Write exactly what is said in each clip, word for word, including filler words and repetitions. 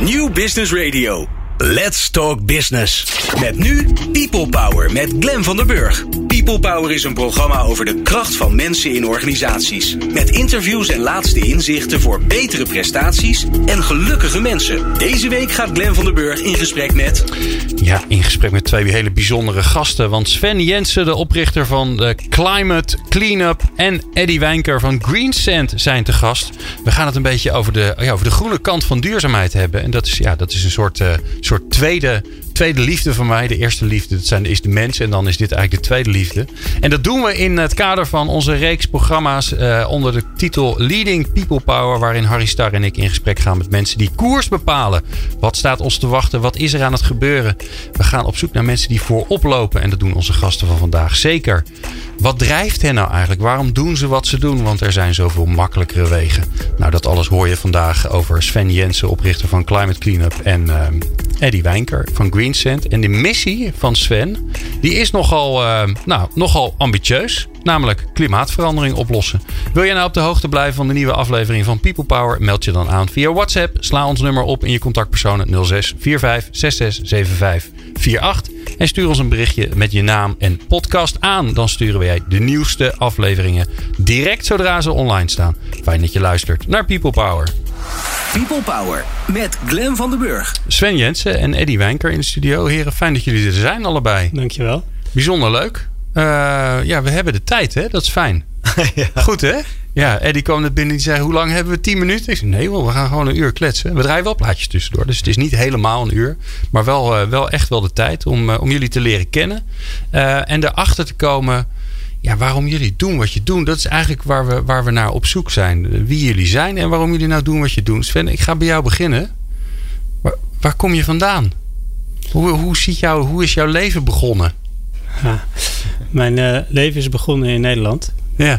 New Business Radio. Let's Talk Business. Met nu People Power met Glenn van der Burg. People Power is een programma over de kracht van mensen in organisaties. Met interviews en laatste inzichten voor betere prestaties en gelukkige mensen. Deze week gaat Glenn van der Burg in gesprek met... Ja, in gesprek met twee hele bijzondere gasten. Want Sven Jensen, de oprichter van de Climate Cleanup, en Eddie Wijnker van Greensand zijn te gast. We gaan het een beetje over de, ja, over de groene kant van duurzaamheid hebben. En dat is, ja, dat is een soort... Uh, soort tweede, tweede liefde van mij. De eerste liefde, dat zijn, is de mens. En dan is dit eigenlijk de tweede liefde. En dat doen we in het kader van onze reeks programma's uh, onder de titel Leading People Power, waarin Harry Starr en ik in gesprek gaan met mensen die koers bepalen. Wat staat ons te wachten? Wat is er aan het gebeuren? We gaan op zoek naar mensen die voorop lopen. En dat doen onze gasten van vandaag zeker. Wat drijft hen nou eigenlijk? Waarom doen ze wat ze doen? Want er zijn zoveel makkelijkere wegen. Nou, dat alles hoor je vandaag over Sven Jensen, oprichter van Climate Cleanup, en uh, Eddie Wijnker van Greensand. En de missie van Sven, die is nogal, uh, nou, nogal ambitieus. Namelijk klimaatverandering oplossen. Wil jij nou op de hoogte blijven van de nieuwe aflevering van People Power? Meld je dan aan via WhatsApp. Sla ons nummer op in je contactpersonen nul zes vier vijf zes zes zeven vijf vier acht. En stuur ons een berichtje met je naam en podcast aan. Dan sturen wij de nieuwste afleveringen direct zodra ze online staan. Fijn dat je luistert naar People Power. People Power met Glenn van der Burg. Sven Jensen en Eddie Wijnker in de studio. Heren, fijn dat jullie er zijn allebei. Dankjewel. Bijzonder leuk. Uh, ja, we hebben de tijd, hè? Dat is fijn. Ja. Goed, hè? Ja, Eddie kwam net binnen en zei, hoe lang hebben we? tien minuten? Ik zei, nee, wel, we gaan gewoon een uur kletsen. We draaien wel plaatjes tussendoor. Dus het is niet helemaal een uur. Maar wel, uh, wel echt wel de tijd om, uh, om jullie te leren kennen. Uh, en erachter te komen, ja, waarom jullie doen wat je doen. Dat is eigenlijk waar we, waar we naar op zoek zijn. Wie jullie zijn en waarom jullie nou doen wat je doet. Sven, ik ga bij jou beginnen. Waar, waar kom je vandaan? Hoe, hoe, ziet jou, hoe is jouw leven begonnen? Ja, mijn uh, leven is begonnen in Nederland. Ja.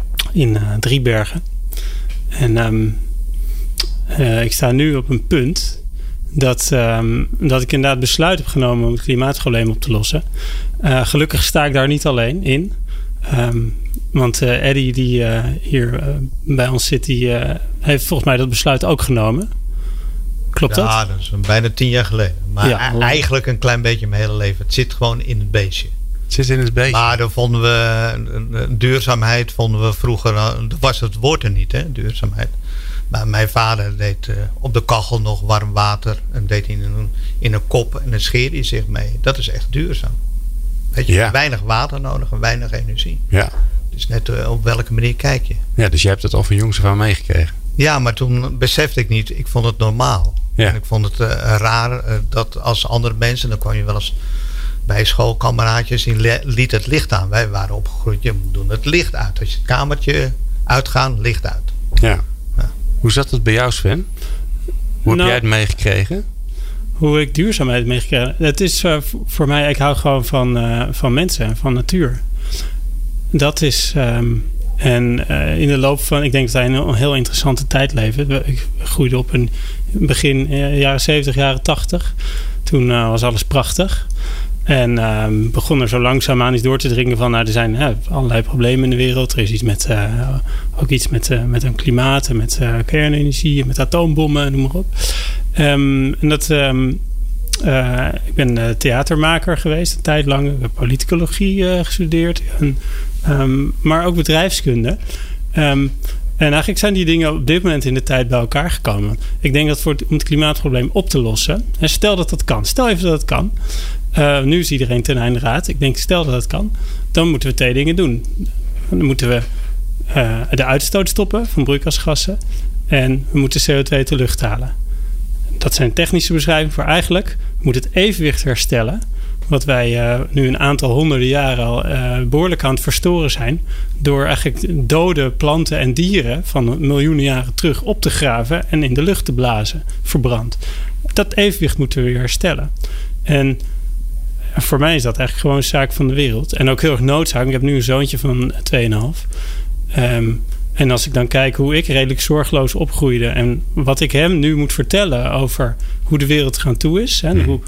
In uh, Driebergen. En um, uh, ik sta nu op een punt dat, um, dat ik inderdaad besluit heb genomen om het klimaatprobleem op te lossen. Uh, gelukkig sta ik daar niet alleen in. Um, want uh, Eddie die uh, hier uh, bij ons zit, die uh, heeft volgens mij dat besluit ook genomen. Klopt dat? Ja, dat is bijna tien jaar geleden. Maar ja, eigenlijk een klein beetje mijn hele leven. Het zit gewoon in het beestje. Het zit in het beestje. Maar dan vonden we duurzaamheid vonden we vroeger. Dat was het woord er niet, hè, duurzaamheid. Maar mijn vader deed uh, op de kachel nog warm water. En deed in een, in een kop en dan scheerde hij zich mee. Dat is echt duurzaam. Weet je, ja. Weinig water nodig en weinig energie. Ja. Dus net uh, op welke manier kijk je. Ja, dus je hebt het al van jongs af aan meegekregen. Ja, maar toen besefte ik niet. Ik vond het normaal. Ja. En ik vond het uh, raar uh, dat als andere mensen, dan kwam je wel eens bij schoolkameraadjes, die le- liet het licht aan. Wij waren opgegroeid, je moet doen het licht uit. Als je het kamertje uitgaan, licht uit. Ja. Ja. Hoe zat het bij jou, Sven? Hoe nou, heb jij het meegekregen? Hoe ik duurzaamheid meegekregen? Het is uh, voor mij, ik hou gewoon van, uh, van mensen en van natuur. Dat is... Um, En uh, in de loop van, ik denk dat wij een heel interessante tijd leven. Ik groeide op in begin uh, jaren zeventig, jaren tachtig. Toen uh, was alles prachtig. En uh, begon er zo langzaamaan iets door te dringen van, nou, er zijn uh, allerlei problemen in de wereld. Er is iets met, uh, ook iets met, uh, met een klimaat en met uh, kernenergie en met atoombommen, noem maar op. Um, en dat... Um, Uh, ik ben uh, theatermaker geweest een tijd lang. Ik heb politicologie uh, gestudeerd. En, um, maar ook bedrijfskunde. Um, en eigenlijk zijn die dingen op dit moment in de tijd bij elkaar gekomen. Ik denk dat voor het, om het klimaatprobleem op te lossen. En stel dat dat kan. Stel even dat het kan. Uh, nu is iedereen ten einde raad. Ik denk stel dat het kan. Dan moeten we twee dingen doen. Dan moeten we uh, de uitstoot stoppen van broeikasgassen. En we moeten C O twee uit de lucht halen. Dat zijn technische beschrijvingen voor eigenlijk moet het evenwicht herstellen. Wat wij uh, nu een aantal honderden jaren al uh, behoorlijk aan het verstoren zijn. Door eigenlijk dode planten en dieren van miljoenen jaren terug op te graven en in de lucht te blazen, verbrand. Dat evenwicht moeten we weer herstellen. En voor mij is dat eigenlijk gewoon een zaak van de wereld. En ook heel erg noodzaak. Ik heb nu een zoontje van twee en een half. Um, En als ik dan kijk hoe ik redelijk zorgeloos opgroeide en wat ik hem nu moet vertellen over hoe de wereld gaan toe is. En hoe,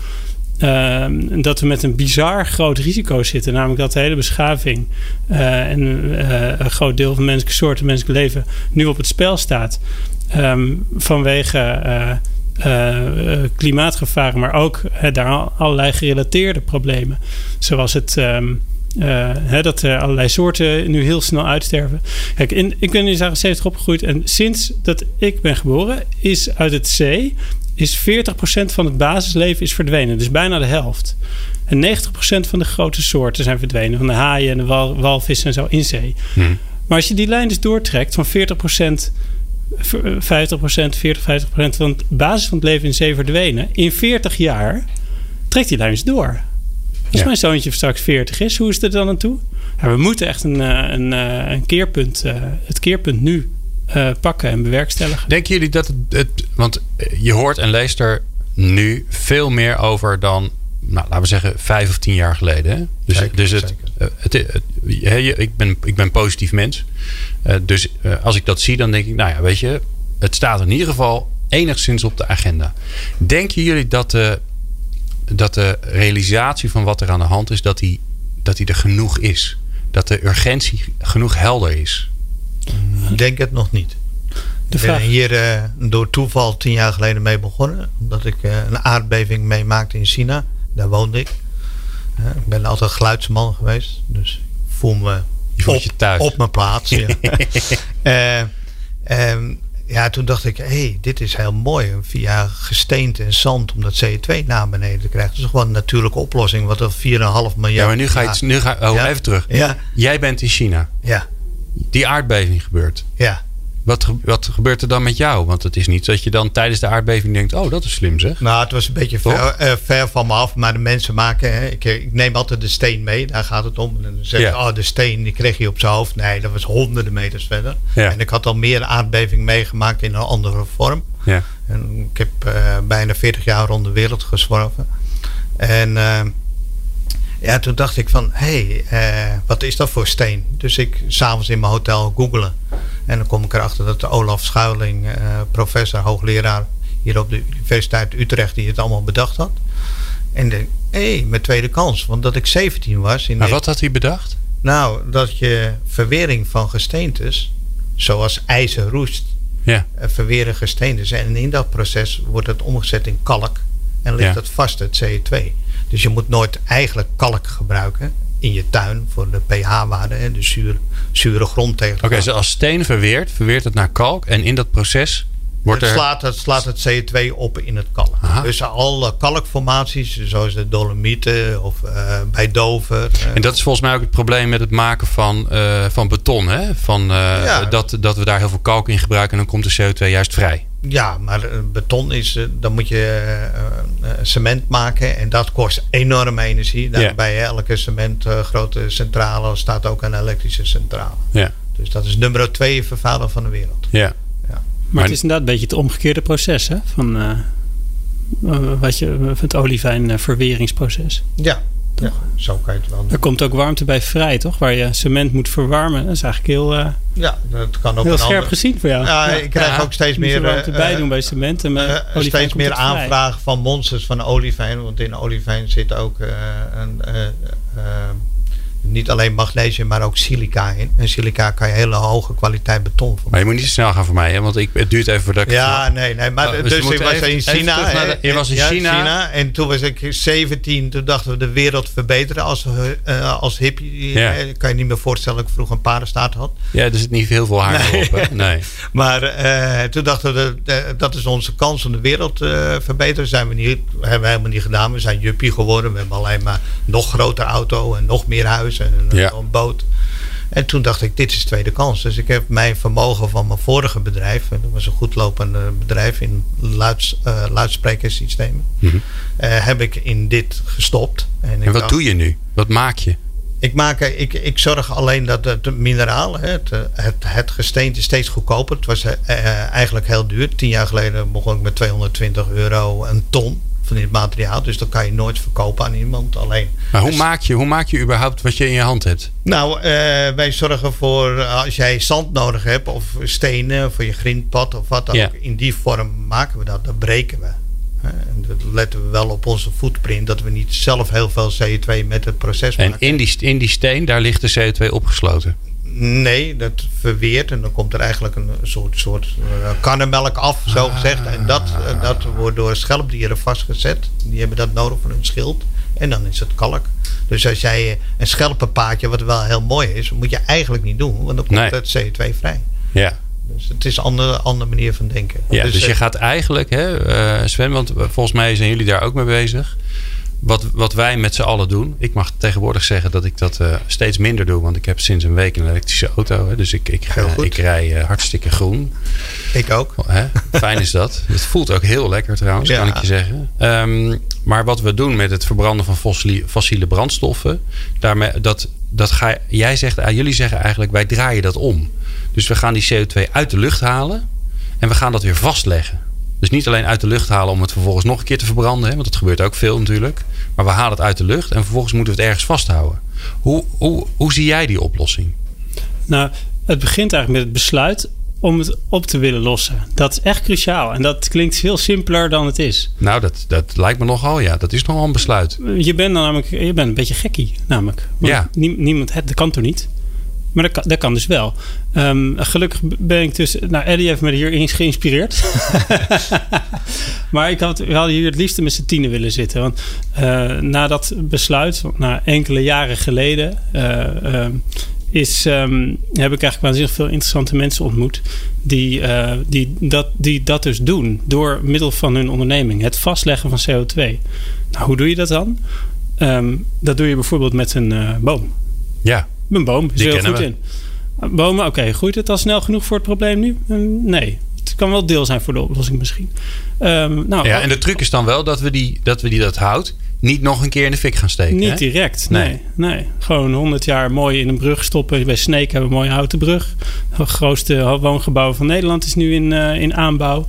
uh, dat we met een bizar groot risico zitten. Namelijk dat de hele beschaving uh, en uh, een groot deel van menselijke soorten, menselijk leven nu op het spel staat. Um, vanwege uh, uh, klimaatgevaren, maar ook uh, daar allerlei gerelateerde problemen. Zoals het um, uh, hè, dat er allerlei soorten nu heel snel uitsterven. Kijk, in, ik ben in de jaren zeventig opgegroeid en sinds dat ik ben geboren is uit het zee is veertig procent van het basisleven is verdwenen. Dus bijna de helft. En negentig procent van de grote soorten zijn verdwenen. Van de haaien en de wal, walvissen en zo in zee. Hmm. Maar als je die lijn dus doortrekt van veertig procent, vijftig procent, veertig, vijftig procent van het basis van het leven in zee verdwenen. In veertig jaar trekt die lijn eens door. Als ja. mijn zoontje straks veertig is, hoe is het er dan aan toe? Ja, we moeten echt een, een, een keerpunt, het keerpunt nu uh, pakken en bewerkstelligen. Denken jullie dat het, het... Want je hoort en leest er nu veel meer over dan, nou, laten we zeggen, vijf of tien jaar geleden. Hè? Dus, zeker, dus het, het, het, het, het, ik, ben, ik ben een positief mens. Uh, dus uh, als ik dat zie, dan denk ik, nou ja, weet je, het staat in ieder geval enigszins op de agenda. Denken jullie dat de, dat de realisatie van wat er aan de hand is, dat die, dat die er genoeg is? Dat de urgentie genoeg helder is? Ik denk het nog niet. De ik ben hier uh, door toeval tien jaar geleden mee begonnen. Omdat ik uh, een aardbeving meemaakte in China. Daar woonde ik. Uh, ik ben altijd geluidsman geweest. Dus ik voel me je op, je thuis. op mijn plaats. Ja. uh, um, ja, toen dacht ik, hé, hey, dit is heel mooi. Via gesteente en zand om dat C O twee naar beneden te krijgen. Dat is gewoon een natuurlijke oplossing. Wat er vier komma vijf miljard... Ja, maar nu ga je... Nu ga, oh, ja. Even terug. Ja. Jij bent in China. Ja. Die aardbeving gebeurt. Ja. Wat, wat gebeurt er dan met jou? Want het is niet dat je dan tijdens de aardbeving denkt, oh, dat is slim zeg. Nou, het was een beetje ver, uh, ver van me af. Maar de mensen maken... Hè, ik, ik neem altijd de steen mee. Daar gaat het om. En dan zeg je, ja. oh, de steen die kreeg je op zijn hoofd. Nee, dat was honderden meters verder. Ja. En ik had al meer aardbeving meegemaakt in een andere vorm. Ja. En ik heb uh, bijna veertig jaar rond de wereld gezworven. En... Uh, Ja, toen dacht ik van, hé, hey, uh, wat is dat voor steen? Dus ik s'avonds in mijn hotel googelen. En dan kom ik erachter dat de Olaf Schuiling, uh, professor, hoogleraar hier op de Universiteit Utrecht, die het allemaal bedacht had. En denk, hé, hey, mijn tweede kans. Want dat ik zeventien was. In maar wat had hij bedacht? Nou, dat je verwering van gesteentes, zoals ijzer roest, ja. uh, verweren gesteentes. En in dat proces wordt het omgezet in kalk. En ligt ja. het vast, het C O twee. Dus je moet nooit eigenlijk kalk gebruiken in je tuin voor de pH-waarde, de zuur, zure grond tegen. Oké, okay, dus als steen verweert, verweert het naar kalk en in dat proces wordt het er... slaat, het slaat het C O twee op in het kalk. Aha. Dus alle kalkformaties, zoals de Dolomieten of uh, bij Dover. En dat is volgens mij ook het probleem met het maken van, uh, van beton, hè? Van, uh, ja. dat, dat we daar heel veel kalk in gebruiken en dan komt de C O twee juist vrij. Ja, maar beton is, dan moet je uh, uh, cement maken en dat kost enorme energie. Daar yeah. Bij elke cement uh, grote centrale staat ook een elektrische centrale. Yeah. Dus dat is nummer twee vervuiler van de wereld. Yeah. Ja. Maar, maar het is inderdaad een beetje het omgekeerde proces, hè? Van uh, wat je, het olieverweringsproces. Ja. Ja, zo kan je het wel doen. Er komt ook warmte bij vrij, toch? Waar je cement moet verwarmen. Dat is eigenlijk heel, uh, ja, dat kan ook heel scherp ander... gezien voor jou. Ja, ik krijg ja, ook steeds meer... warmte uh, bij doen bij cement. En uh, steeds meer aanvragen van monsters van olivijn. Want in olivijn zit ook uh, een... Uh, uh, niet alleen magnesium, maar ook silica in. En silica kan je hele hoge kwaliteit beton van. Maar je moet niet te snel gaan voor mij, hè? Want ik, het duurt even voordat ik... Ja, nee, nee. Maar oh, dus, dus ik was even, in China. De, je was in ja, China. China. En toen was ik zeventien. Toen dachten we de wereld verbeteren als, uh, als hippie. Ja. Kan je niet meer voorstellen dat ik vroeger een paardenstaart had. Ja, er zit niet heel veel haar nee. op. Hè? Nee. Maar uh, toen dachten we, de, dat is onze kans om de wereld te uh, verbeteren. Zijn we niet, hebben we helemaal niet gedaan. We zijn juppie geworden. We hebben alleen maar nog grotere auto en nog meer huis. En een, ja. een boot. En toen dacht ik, dit is tweede kans. Dus ik heb mijn vermogen van mijn vorige bedrijf, dat was een goed lopend bedrijf in luids, uh, luidsprekersystemen, mm-hmm. uh, heb ik in dit gestopt. En, en wat dacht, doe je nu? Wat maak je? Ik, maak, ik, ik zorg alleen dat het mineraal, het, het, het gesteente steeds goedkoper. Het was uh, eigenlijk heel duur. Tien jaar geleden begon ik met tweehonderdtwintig euro een ton van dit materiaal. Dus dat kan je nooit verkopen aan iemand alleen. Maar hoe, dus, maak je, hoe maak je überhaupt wat je in je hand hebt? Nou, uh, wij zorgen voor als jij zand nodig hebt of stenen voor je grindpad of wat dan ja. ook. In die vorm maken we dat. Dat breken we. En dat letten we wel op onze footprint. Dat we niet zelf heel veel C O twee met het proces maken. En in die, in die steen, daar ligt de C O twee opgesloten? Nee, dat verweert en dan komt er eigenlijk een soort, soort uh, karnemelk af, zo gezegd. En dat, uh, dat wordt door schelpdieren vastgezet. Die hebben dat nodig voor hun schild. En dan is het kalk. Dus als jij een schelpenpaadje, wat wel heel mooi is, moet je eigenlijk niet doen. Want dan komt nee. het C O twee vrij. Ja. Dus het is een andere, andere manier van denken. Ja, dus, dus je uh, gaat eigenlijk, hè, uh, Sven, want volgens mij zijn jullie daar ook mee bezig. Wat, wat wij met z'n allen doen. Ik mag tegenwoordig zeggen dat ik dat uh, steeds minder doe. Want ik heb sinds een week een elektrische auto. Hè, dus ik, ik, uh, ik rij uh, hartstikke groen. Ik ook. Hè, fijn is dat. Het voelt ook heel lekker trouwens, ja. kan ik je zeggen. Um, maar wat we doen met het verbranden van fossiele, fossiele brandstoffen. Daarmee, dat, dat ga, jij zegt, uh, jullie zeggen eigenlijk wij draaien dat om. Dus we gaan die C O twee uit de lucht halen. En we gaan dat weer vastleggen. Dus niet alleen uit de lucht halen om het vervolgens nog een keer te verbranden. Hè, want dat gebeurt ook veel natuurlijk. Maar we halen het uit de lucht en vervolgens moeten we het ergens vasthouden. Hoe, hoe, hoe zie jij die oplossing? Nou, het begint eigenlijk met het besluit om het op te willen lossen. Dat is echt cruciaal. En dat klinkt veel simpeler dan het is. Nou, dat, dat lijkt me nogal, ja. Dat is nogal een besluit. Je bent dan namelijk je bent een beetje gekkie, namelijk. Want ja. nie, niemand, het, dat kan toch niet? Maar dat kan, dat kan dus wel. Um, gelukkig ben ik dus... Nou, Eddie heeft me hier geïnspireerd. Maar ik had, we hadden hier het liefst met z'n tienen willen zitten. Want uh, na dat besluit, na enkele jaren geleden... Uh, uh, is, um, heb ik eigenlijk waanzinnig veel interessante mensen ontmoet... Die, uh, die, dat, die dat dus doen door middel van hun onderneming. Het vastleggen van C O twee. Nou, hoe doe je dat dan? Um, dat doe je bijvoorbeeld met een uh, boom. Ja. Een boom is Die heel goed we. in. Bomen, oké, okay, groeit het al snel genoeg voor het probleem nu? Um, nee. Het kan wel deel zijn voor de oplossing misschien. Um, nou, ja, en de truc is dan wel dat we die dat, we die dat hout niet nog een keer in de fik gaan steken. Niet hè? direct, nee. nee. nee. Gewoon honderd jaar mooi in een brug stoppen. Bij Sneek hebben we een mooie houten brug. Het grootste woongebouw van Nederland is nu in, uh, in aanbouw.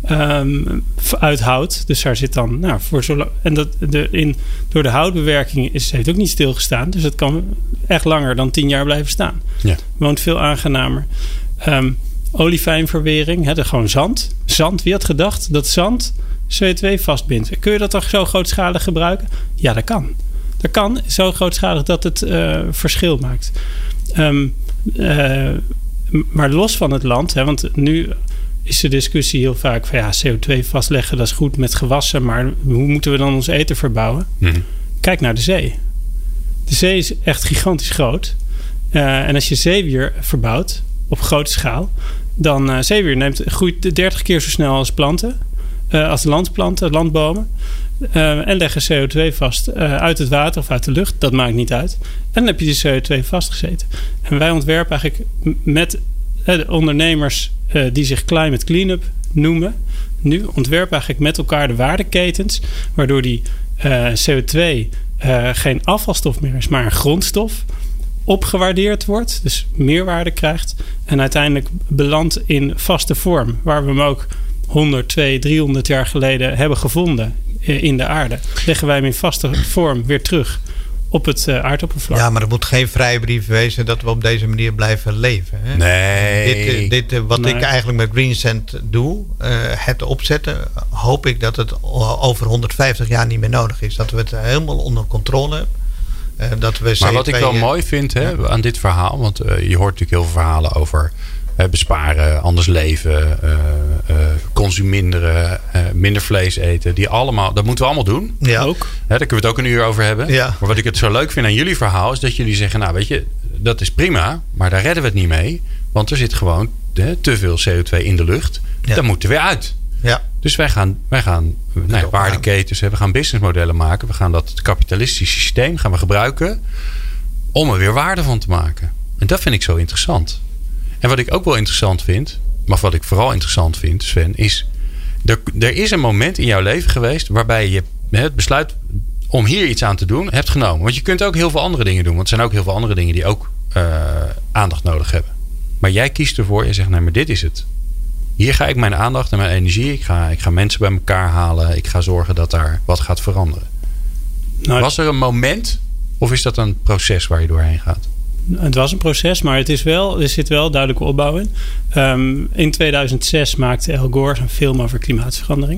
Um, uit hout. Dus daar zit dan... Nou, voor zo lang, en dat, de, in, door de houtbewerking is het ook niet stilgestaan. Dus het kan echt langer dan tien jaar blijven staan. Ja. Woont veel aangenamer. Um, Oliefijnverwering, hè, gewoon zand. Zand, wie had gedacht dat zand C O twee vastbindt? Kun je dat toch zo grootschalig gebruiken? Ja, dat kan. Dat kan, zo grootschalig dat het uh, verschil maakt. Um, uh, maar los van het land, hè, want nu is de discussie heel vaak van ja, C O twee vastleggen, dat is goed met gewassen, maar hoe moeten we dan ons eten verbouwen? Mm-hmm. Kijk naar de zee. De zee is echt gigantisch groot. Uh, en als je zeewier verbouwt op grote schaal, dan uh, zeewier neemt, groeit dertig keer zo snel als planten, uh, als landplanten, landbomen. Uh, en leggen C O twee vast uh, uit het water of uit de lucht. Dat maakt niet uit. En dan heb je die C O twee vastgezeten. En wij ontwerpen eigenlijk met uh, de ondernemers uh, die zich Climate Cleanup noemen, nu ontwerpen eigenlijk met elkaar de waardeketens, waardoor die uh, C O twee uh, geen afvalstof meer is, maar een grondstof, opgewaardeerd wordt, dus meerwaarde krijgt en uiteindelijk belandt in vaste vorm, waar we hem ook honderd, tweehonderd, driehonderd jaar geleden hebben gevonden in de aarde. Leggen wij hem in vaste vorm weer terug op het uh, aardoppervlak. Ja, maar het moet geen vrijbrief wezen dat we op deze manier blijven leven. Hè? Nee. Dit, dit, wat nee. ik eigenlijk met Greensand doe, uh, het opzetten, hoop ik dat het over honderdvijftig jaar niet meer nodig is. Dat we het helemaal onder controle hebben. Uh, dat we maar wat ik wel mooi vind hè, ja. aan dit verhaal, want uh, je hoort natuurlijk heel veel verhalen over uh, besparen, anders leven, uh, uh, consuminderen, uh, minder vlees eten. Die allemaal, dat moeten we allemaal doen. Ja. Ook. Hè, daar kunnen we het ook een uur over hebben. Ja. Maar wat ik het zo leuk vind aan jullie verhaal is dat jullie zeggen, nou weet je, dat is prima, maar daar redden we het niet mee. Want er zit gewoon hè, te veel C O twee in de lucht. Ja. Dat moet er weer uit. Ja. Dus wij gaan, wij gaan nou, waardeketens, we gaan businessmodellen maken. We gaan dat kapitalistische systeem gaan we gebruiken om er weer waarde van te maken. En dat vind ik zo interessant. En wat ik ook wel interessant vind, maar wat ik vooral interessant vind, Sven, is er, er is een moment in jouw leven geweest waarbij je het besluit om hier iets aan te doen hebt genomen. Want je kunt ook heel veel andere dingen doen. Want er zijn ook heel veel andere dingen die ook uh, aandacht nodig hebben. Maar jij kiest ervoor en zegt, nee, maar dit is het. Hier ga ik mijn aandacht en mijn energie. Ik ga, ik ga mensen bij elkaar halen. Ik ga zorgen dat daar wat gaat veranderen. Nou, was er een moment of is dat een proces waar je doorheen gaat? Het was een proces, maar het is wel, er zit wel duidelijke opbouw in. Um, in tweeduizend zes maakte Al Gore een film over klimaatverandering.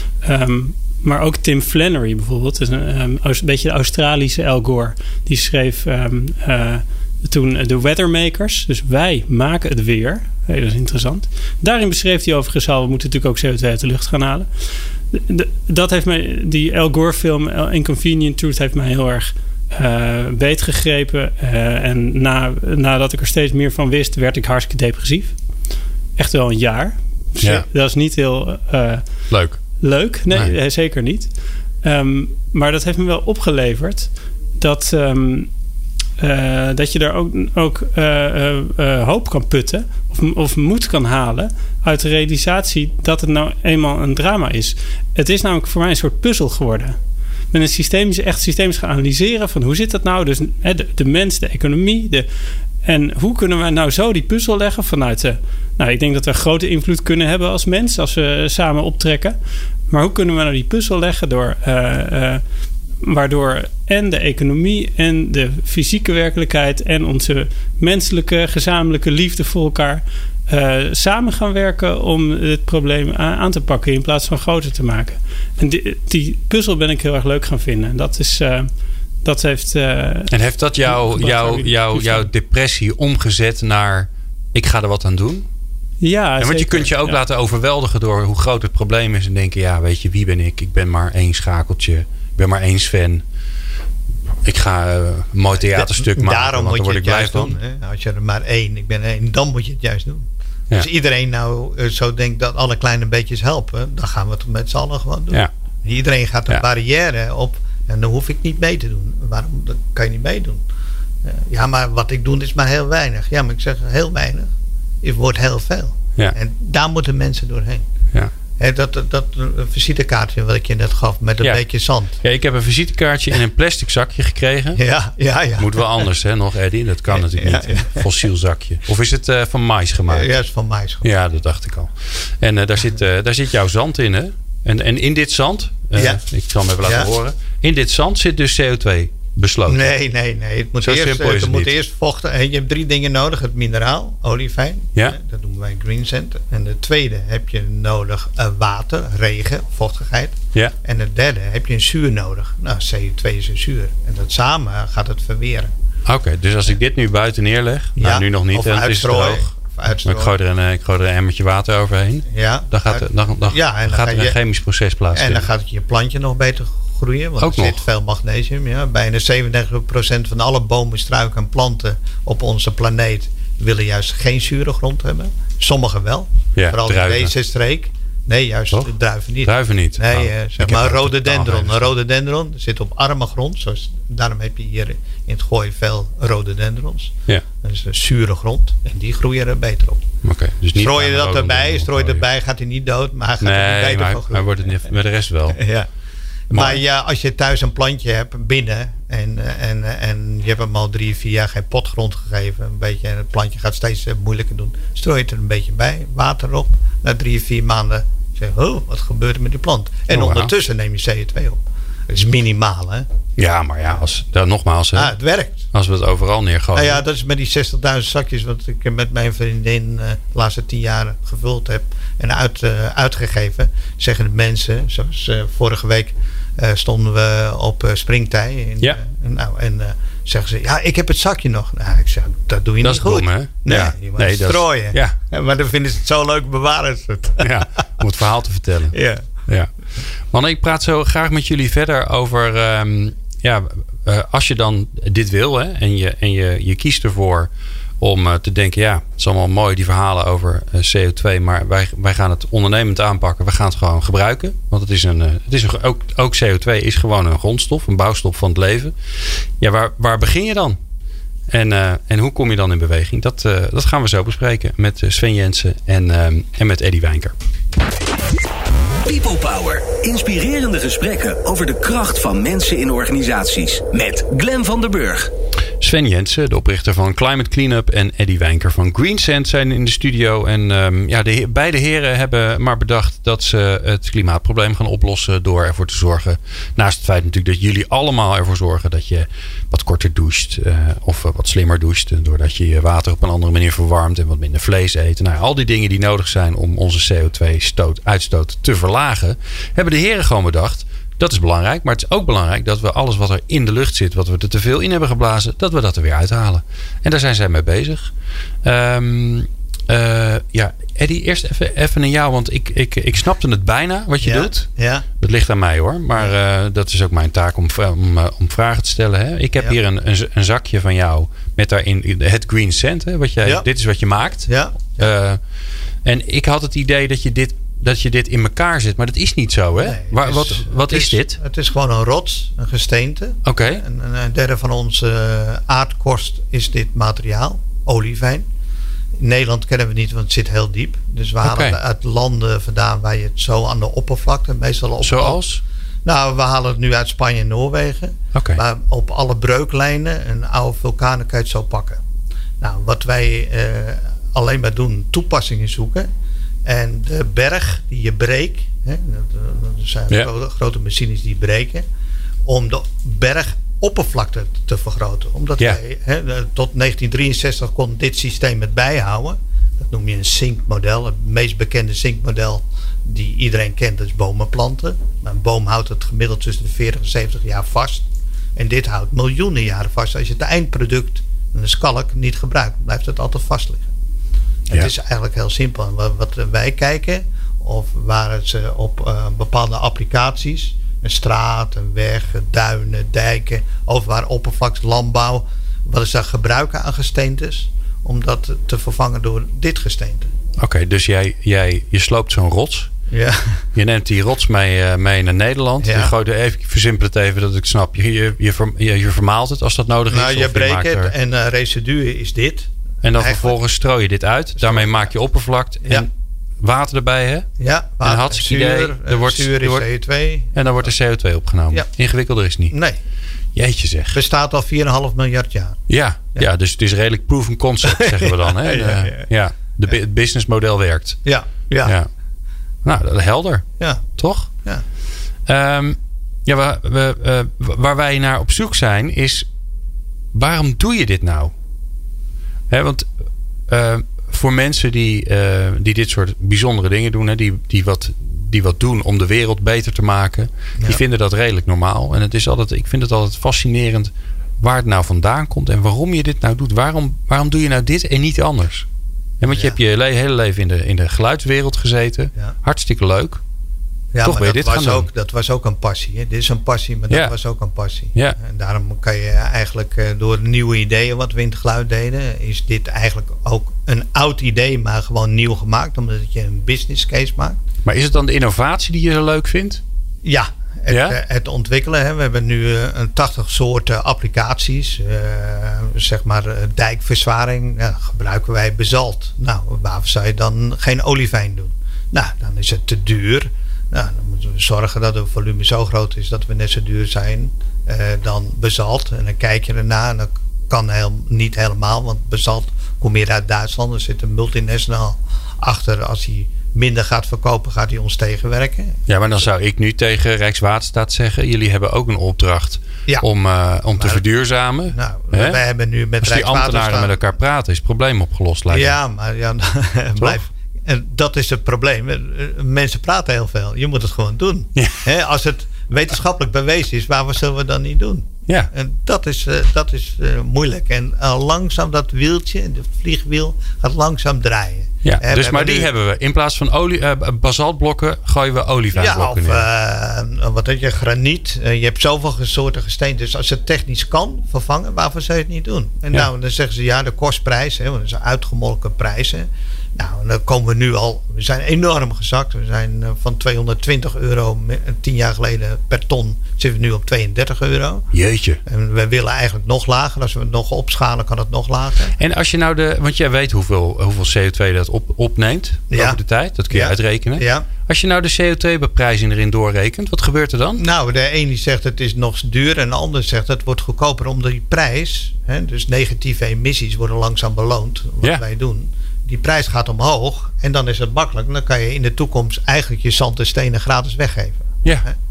Um, maar ook Tim Flannery bijvoorbeeld, een, um, een beetje de Australische Al Gore, die schreef um, uh, toen de Weathermakers. Dus wij maken het weer. Hey, dat is interessant. Daarin beschreef hij overigens al, we moeten natuurlijk ook C O twee uit de lucht gaan halen. De, de, dat heeft mij, die Al Gore film Inconvenient Truth heeft mij heel erg uh, beetgegrepen. Uh, en na, nadat ik er steeds meer van wist, werd ik hartstikke depressief. Echt wel een jaar. Ja. Dat is niet heel uh, leuk. Leuk, nee, nee. zeker niet. Um, maar dat heeft me wel opgeleverd dat, um, uh, dat je daar ook, ook uh, uh, uh, hoop kan putten of, of moed kan halen uit de realisatie dat het nou eenmaal een drama is. Het is namelijk voor mij een soort puzzel geworden. Ik ben een systemisch, echt systemisch gaan analyseren van hoe zit dat nou? Dus hè, de, de mens, de economie, de, en hoe kunnen we nou zo die puzzel leggen vanuit de... Nou, ik denk dat we grote invloed kunnen hebben als mens als we samen optrekken. Maar hoe kunnen we nou die puzzel leggen door... Uh, uh, waardoor en de economie en de fysieke werkelijkheid en onze menselijke gezamenlijke liefde voor elkaar uh, samen gaan werken om het probleem aan, aan te pakken in plaats van groter te maken. En die, die puzzel ben ik heel erg leuk gaan vinden. En dat is... Uh, dat heeft... Uh, en heeft dat jou, jou, jou, jouw depressie omgezet naar... ik ga er wat aan doen? Ja, en want zeker. je kunt je ook ja. laten overweldigen door hoe groot het probleem is. En denken, ja, weet je, wie ben ik? Ik ben maar één schakeltje. Ik ben maar één Sven. Ik ga uh, een mooi theaterstuk maken. Daarom want moet dan je word het ik juist blij doen. Hè? Als je er maar één, ik ben één, dan moet je het juist doen. Ja. Als iedereen nou uh, zo denkt dat alle kleine beetjes helpen, dan gaan we het met z'n allen gewoon doen. Ja. Iedereen gaat een ja. barrière op en dan hoef ik niet mee te doen. Waarom? Dan kan je niet meedoen. Uh, ja, maar wat ik doe is maar heel weinig. Ja, maar ik zeg heel weinig. Het wordt heel veel. Ja. En daar moeten mensen doorheen. Ja. He, dat, dat, dat een visitekaartje wat ik je net gaf met een ja. beetje zand. Ja, ik heb een visitekaartje in een plastic zakje gekregen. Ja, ja, ja. Moet wel anders, hè, nog Eddie? Dat kan natuurlijk ja, niet. Ja. Fossiel zakje. Of is het uh, van mais gemaakt? Ja, het is van mais gemaakt. Ja, dat dacht ik al. En uh, daar, zit, uh, daar zit jouw zand in, hè? En, en in dit zand, uh, ja. ik zal hem even laten ja. horen. In dit zand zit dus C O twee besloten. Nee, nee, nee. Het moet Zo eerst, simpel is het het moet niet. eerst vochten. Je hebt drie dingen nodig. Het mineraal, olifijn. Ja. Dat noemen wij green sand. En de tweede heb je nodig uh, water, regen, vochtigheid. Ja. En de derde heb je een zuur nodig. Nou, C O twee is een zuur. En dat samen gaat het verweren. Oké, okay, dus als ik dit nu buiten neerleg. Ja. Nou, nu nog niet. Of En het is droog. Maar ik gooi, er een, ik gooi er een emmertje water overheen. Ja. Dan gaat, er, dan, dan, ja, en dan gaat er een je, chemisch proces plaatsvinden. En dan gaat je plantje nog beter groeien. Want ook er nog. zit veel magnesium. Ja. Bijna zevenendertig procent van alle bomen, struiken en planten op onze planeet willen juist geen zure grond hebben. Sommigen wel. Ja, Vooral druiven. in deze streek. Nee, juist Toch? druiven niet. Druiven niet. Nee, oh, uh, zeg maar rhododendron. Een rhododendron zit op arme grond. Zoals, daarom heb je hier in het Gooi veel rhododendrons. Ja. Dat is een zure grond. En die groeien er beter op. Okay, dus niet strooi je dat erbij, strooi je erbij, gaat hij niet dood. Maar hij gaat nee, er niet beter maar, van groeien. maar wordt het niet, met de rest wel. Ja. Maar ja, als je thuis een plantje hebt binnen en, en, en je hebt hem al drie, vier jaar geen potgrond gegeven, een beetje, en het plantje gaat steeds moeilijker doen, strooi je het er een beetje bij, water op. Na drie, vier maanden zeg je, oh, wat gebeurt er met die plant? En oh, ondertussen neem je C O twee op. Dat is minimaal, hè? Ja, maar ja, als, dan nogmaals, hè, ah, het werkt. Als we het overal neergooien. Nou ja, dat is met die zestigduizend zakjes wat ik met mijn vriendin uh, de laatste tien jaar gevuld heb en uit, uh, uitgegeven. Zeggen de mensen, zoals uh, vorige week uh, stonden we op uh, Springtij. In, ja. Uh, nou, en uh, zeggen ze, ja, ik heb het zakje nog. Nou, ik zeg, dat doe je dat niet goed. Dat is dom, hè? Nee, ja. je moet nee, het strooien. Is, ja. Ja, maar dan vinden ze het zo leuk, bewaren ze het. Ja, om het verhaal te vertellen. Ja. Ja. Man, ik praat zo graag met jullie verder over... Um, ja, uh, als je dan dit wil, hè, en, je, en je, je kiest ervoor om uh, te denken... ja, het is allemaal mooi, die verhalen over uh, C O twee... maar wij, wij gaan het ondernemend aanpakken. We gaan het gewoon gebruiken. Want het is een, uh, het is een, ook, ook C O twee is gewoon een grondstof, een bouwstof van het leven. Ja, waar, waar begin je dan? En, uh, en hoe kom je dan in beweging? Dat, uh, dat gaan we zo bespreken met Sven Jensen en, uh, en met Eddie Wijnker. People Power. Inspirerende gesprekken over de kracht van mensen in organisaties. Met Glenn van der Burg. Sven Jensen, de oprichter van Climate Cleanup, en Eddie Wijnker van Green Sand zijn in de studio. En um, ja, de, beide heren hebben maar bedacht dat ze het klimaatprobleem gaan oplossen door ervoor te zorgen. Naast het feit natuurlijk dat jullie allemaal ervoor zorgen dat je wat korter doucht uh, of uh, wat slimmer doucht. Doordat je je water op een andere manier verwarmt en wat minder vlees eet. Nou, al die dingen die nodig zijn om onze C O twee uitstoot te verlagen, hebben de heren gewoon bedacht. Dat is belangrijk. Maar het is ook belangrijk dat we alles wat er in de lucht zit, wat we er te veel in hebben geblazen, dat we dat er weer uithalen. En daar zijn zij mee bezig. Um, uh, ja, Eddie, eerst even, even naar jou. Want ik, ik, ik snapte het bijna wat je ja, doet. Ja. Dat ligt aan mij hoor. Maar uh, dat is ook mijn taak om, om, om vragen te stellen. Hè? Ik heb ja. hier een, een, een zakje van jou met daarin het Green Cent. Hè? Wat jij, ja. Dit is wat je maakt. Ja. Uh, en ik had het idee dat je dit dat je dit in elkaar zit. Maar dat is niet zo, hè? Nee, Waar, is, wat wat is, is dit? Het is gewoon een rots, een gesteente. Oké. Okay. En een derde van onze aardkorst is dit materiaal, olivijn. In Nederland kennen we het niet, want het zit heel diep. Dus we halen okay. het uit landen vandaan waar je het zo aan de oppervlakte meestal op. Zoals? Nou, we halen het nu uit Spanje en Noorwegen. Okay. Maar op alle breuklijnen en oude vulkanen kan je het zo pakken. Nou, wat wij uh, alleen maar doen, toepassingen zoeken. En de berg die je breekt, hè, dat zijn ja. grote, grote machines die breken, om de bergoppervlakte te vergroten. Omdat ja. wij hè, tot negentien drieënzestig kon dit systeem het bijhouden. Dat noem je een zinkmodel. Het meest bekende zinkmodel die iedereen kent, dat is bomen planten. Maar een boom houdt het gemiddeld tussen de veertig en zeventig jaar vast. En dit houdt miljoenen jaren vast. Als je het eindproduct, een skalk, niet gebruikt, blijft het altijd vast liggen. Ja. Het is eigenlijk heel simpel. Wat wij kijken, of waar ze op uh, bepaalde applicaties, een straat, een weg, duinen, dijken, overwaar oppervlakte, landbouw, wat is daar gebruiken aan gesteentes, om dat te vervangen door dit gesteente. Oké, okay, dus jij, jij je sloopt zo'n rots. Ja. Je neemt die rots mee, uh, mee naar Nederland. Ja. Je gooit er even, ik versimpel het even dat ik snap. Je, je, je, je, je vermaalt het als dat nodig nou, is. Je breekt het er... en uh, residue is dit. En dan Eigenlijk. vervolgens strooi je dit uit. Daarmee maak je oppervlakte en ja. water erbij, hè? Ja, water, en had idee. Er wordt, zuur is C O twee. En dan wordt er C O twee opgenomen. Ja. Ingewikkelder is het niet. Nee. Jeetje zeg. Bestaat al vier komma vijf miljard jaar. Ja, ja. ja, dus het is redelijk proven concept, zeggen we dan. Hè? ja, ja, ja. ja, de, het businessmodel werkt. Ja, ja. ja. Nou, dat is helder. Ja. Toch? Ja. Um, ja, waar, we, uh, waar wij naar op zoek zijn is, waarom doe je dit nou? He, want uh, voor mensen die, uh, die dit soort bijzondere dingen doen, hè, die, die, wat, die wat doen om de wereld beter te maken, ja. die vinden dat redelijk normaal. En het is altijd, ik vind het altijd fascinerend waar het nou vandaan komt en waarom je dit nou doet. Waarom, waarom doe je nou dit en niet anders? En want je ja. hebt je le- hele leven in de, in de geluidswereld gezeten. Ja. Hartstikke leuk. Ja, Toch maar ben je dat, dit was gaan ook, doen. dat was ook een passie. Hè? Dit is een passie, maar dat ja. was ook een passie. Ja. En daarom kan je eigenlijk uh, door nieuwe ideeën wat we in het geluid deden, is dit eigenlijk ook een oud idee, maar gewoon nieuw gemaakt. Omdat je een business case maakt. Maar is het dan de innovatie die je zo leuk vindt? Ja. Het, ja? uh, het ontwikkelen. Hè. We hebben nu uh, een tachtig soorten applicaties. Uh, zeg maar uh, dijkverzwaring. Ja, gebruiken wij basalt. Nou, waarvoor zou je dan geen olivijn doen? Nou, dan is het te duur. Nou, dan moeten we zorgen dat het volume zo groot is dat we net zo duur zijn uh, dan basalt. En dan kijk je ernaar en dat kan heel, niet helemaal. Want basalt komt meer uit Duitsland. Er zit een multinational achter. Als hij minder gaat verkopen, gaat hij ons tegenwerken. Ja, maar dan zou ik nu tegen Rijkswaterstaat zeggen, jullie hebben ook een opdracht ja. om, uh, om maar, te verduurzamen. Nou, Hè? wij hebben nu met Als die ambtenaren met elkaar praten, is het probleem opgelost. Lijkt ja, maar ja, blijf. En dat is het probleem. Mensen praten heel veel. Je moet het gewoon doen. Ja. He, als het wetenschappelijk bewezen is, waarom zullen we dat niet doen? Ja. En dat is, uh, dat is uh, moeilijk. En uh, langzaam dat wieltje, het vliegwiel, gaat langzaam draaien. Ja, He, dus maar die nu... hebben we. In plaats van olie, uh, basaltblokken gooien we olivijnblokken ja, of uh, wat heb je, graniet. Uh, je hebt zoveel soorten gesteenten. Dus als het technisch kan vervangen, waarvoor zou je het niet doen? En ja. nou, dan zeggen ze ja, de kostprijs. Hè, want dat zijn uitgemolken prijzen. Nou, dan komen we nu al. We zijn enorm gezakt. We zijn van tweehonderdtwintig euro tien jaar geleden per ton zitten we nu op tweeëndertig euro. Jeetje. En we willen eigenlijk nog lager. Als we het nog opschalen, kan het nog lager. En als je nou de, want jij weet hoeveel, hoeveel C O twee dat op, opneemt ja. over de tijd. Dat kun je ja. uitrekenen. Ja. Als je nou de C O twee beprijzing erin doorrekent, wat gebeurt er dan? Nou, de een die zegt het is nog duur en de ander zegt het wordt goedkoper. Omdat die prijs, hè, dus negatieve emissies worden langzaam beloond. Wat ja. wij doen. Die prijs gaat omhoog en dan is het makkelijk. Dan kan je in de toekomst eigenlijk je zand en stenen gratis weggeven. Ja.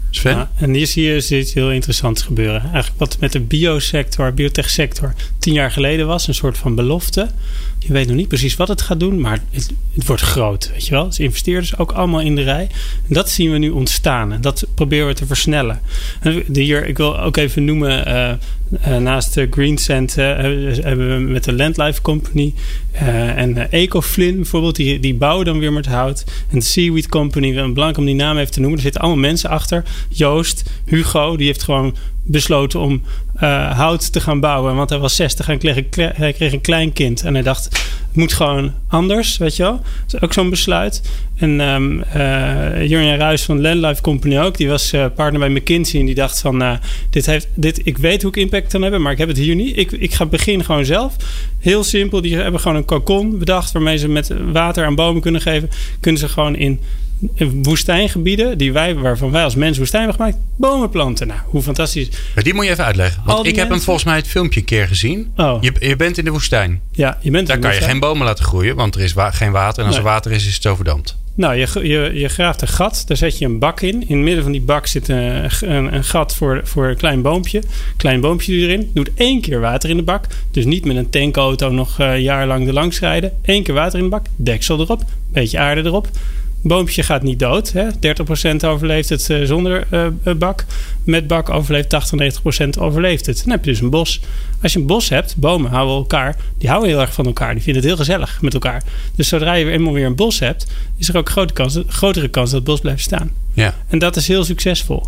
Sven? Ja, en hier zie je dus iets heel interessants gebeuren. Eigenlijk wat met de biosector, biotechsector tien jaar geleden was. Een soort van belofte. Je weet nog niet precies wat het gaat doen, maar het, het wordt groot. Weet je wel? Dus investeerders ook allemaal in de rij. En dat zien we nu ontstaan. En dat proberen we te versnellen. En hier, ik wil ook even noemen, uh, uh, naast de Greensand uh, hebben we met de Landlife Company uh, en uh, Ecoflin bijvoorbeeld, die, die bouwen dan weer met hout. En de Seaweed Company, belangrijk om die naam even te noemen. Er zitten allemaal mensen achter. Joost, Hugo, die heeft gewoon besloten om uh, hout te gaan bouwen. Want hij was zestig en kreeg een, hij kreeg een klein kind. En hij dacht, het moet gewoon anders, weet je wel. Dat is ook zo'n besluit. En um, uh, Jurjen Ruijs van Landlife Company ook. Die was uh, partner bij McKinsey. En die dacht van, uh, dit heeft, dit, ik weet hoe ik impact kan hebben, maar ik heb het hier niet. Ik, ik ga beginnen gewoon zelf. Heel simpel. Die hebben gewoon een cocon bedacht waarmee ze met water aan bomen kunnen geven. Kunnen ze gewoon in woestijngebieden, die wij, waarvan wij als mens woestijn hebben gemaakt, bomen planten. Nou, hoe fantastisch. Maar die moet je even uitleggen. Want ik heb mensen... hem volgens mij het filmpje een keer gezien. Oh. Je, je bent in de woestijn. Ja, je bent Daar kan je geen bomen laten groeien, want er is wa- geen water. En als nee. er water is, is het overdampt. Nou, je, je, je graaft een gat. Daar zet je een bak in. In het midden van die bak zit een, een, een gat voor, voor een klein boompje. Klein boompje erin. Doet één keer water in de bak. Dus niet met een tankauto nog uh, jarenlang er langs rijden. Eén keer water in de bak. Deksel erop. Beetje aarde erop. Boompje gaat niet dood. Hè? dertig procent overleeft het uh, zonder uh, bak. Met bak overleeft tachtig, negentig procent overleeft het. Dan heb je dus een bos. Als je een bos hebt, bomen houden elkaar. Die houden heel erg van elkaar. Die vinden het heel gezellig met elkaar. Dus zodra je eenmaal weer een bos hebt, is er ook een grote kans, grotere kans dat het bos blijft staan. Ja. En dat is heel succesvol.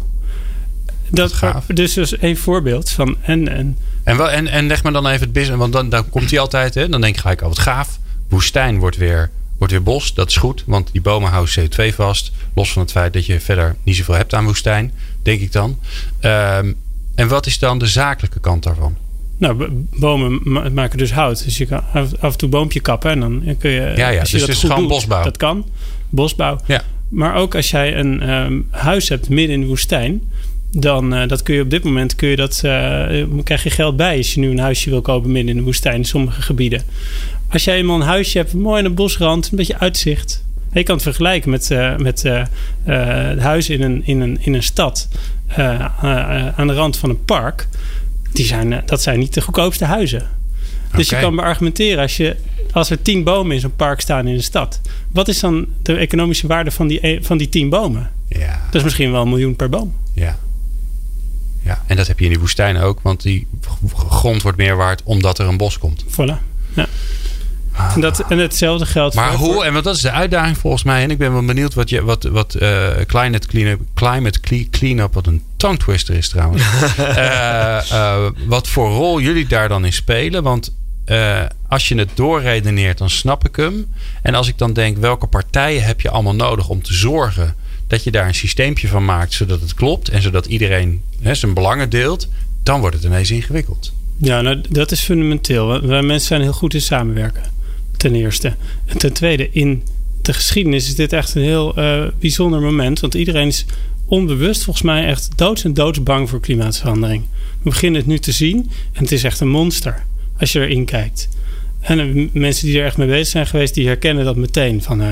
Dat, gaaf. Dus dat is één voorbeeld van. En, en, en, wel, en, en leg me dan even het business. Want dan, dan komt hij altijd. Hè? Dan denk je gelijk, oh wat gaaf. Woestijn wordt weer. Wordt weer bos, dat is goed, want die bomen houden C O twee vast. Los van het feit dat je verder niet zoveel hebt aan woestijn, denk ik dan. Um, en wat is dan de zakelijke kant daarvan? Nou, bomen maken dus hout. Dus je kan af en toe boompje kappen en dan kun je... Ja, ja, als je dus dat het is gewoon doet, bosbouw. Dat kan, bosbouw. Ja. Maar ook als jij een um, huis hebt midden in de woestijn, dan uh, dat kun je op dit moment kun je dat, uh, krijg je geld bij als je nu een huisje wil kopen midden in de woestijn in sommige gebieden. Als jij eenmaal een huisje hebt, mooi aan de bosrand, een beetje uitzicht. Je kan het vergelijken met, uh, met uh, uh, het huis in een, in een, in een stad uh, uh, aan de rand van een park. Die zijn, uh, dat zijn niet de goedkoopste huizen. Dus okay. Je kan beargumenteren als, je, als er tien bomen in zo'n park staan in de stad. Wat is dan de economische waarde van die, van die tien bomen? Ja. Dat is misschien wel een miljoen per boom. Ja. Ja, en dat heb je in die woestijn ook. Want die grond wordt meer waard omdat er een bos komt. Voilà. Ja. En, dat, en hetzelfde geldt maar voor... Maar hoe, en wat dat is de uitdaging volgens mij. En ik ben wel benieuwd wat, je, wat, wat uh, Climate Cleanup, Climate Cleanup, wat een tongue twister is trouwens. uh, uh, wat voor rol jullie daar dan in spelen. Want uh, als je het doorredeneert, dan snap ik hem. En als ik dan denk, welke partijen heb je allemaal nodig om te zorgen dat je daar een systeempje van maakt, zodat het klopt. En zodat iedereen hè, zijn belangen deelt. Dan wordt het ineens ingewikkeld. Ja, nou, dat is fundamenteel. Wij mensen zijn heel goed in samenwerken. Ten eerste. En ten tweede, in de geschiedenis is dit echt een heel uh, bijzonder moment. Want iedereen is onbewust volgens mij echt doods en doodsbang voor klimaatverandering. We beginnen het nu te zien. En het is echt een monster. Als je erin kijkt. En uh, mensen die er echt mee bezig zijn geweest, die herkennen dat meteen. Van, uh,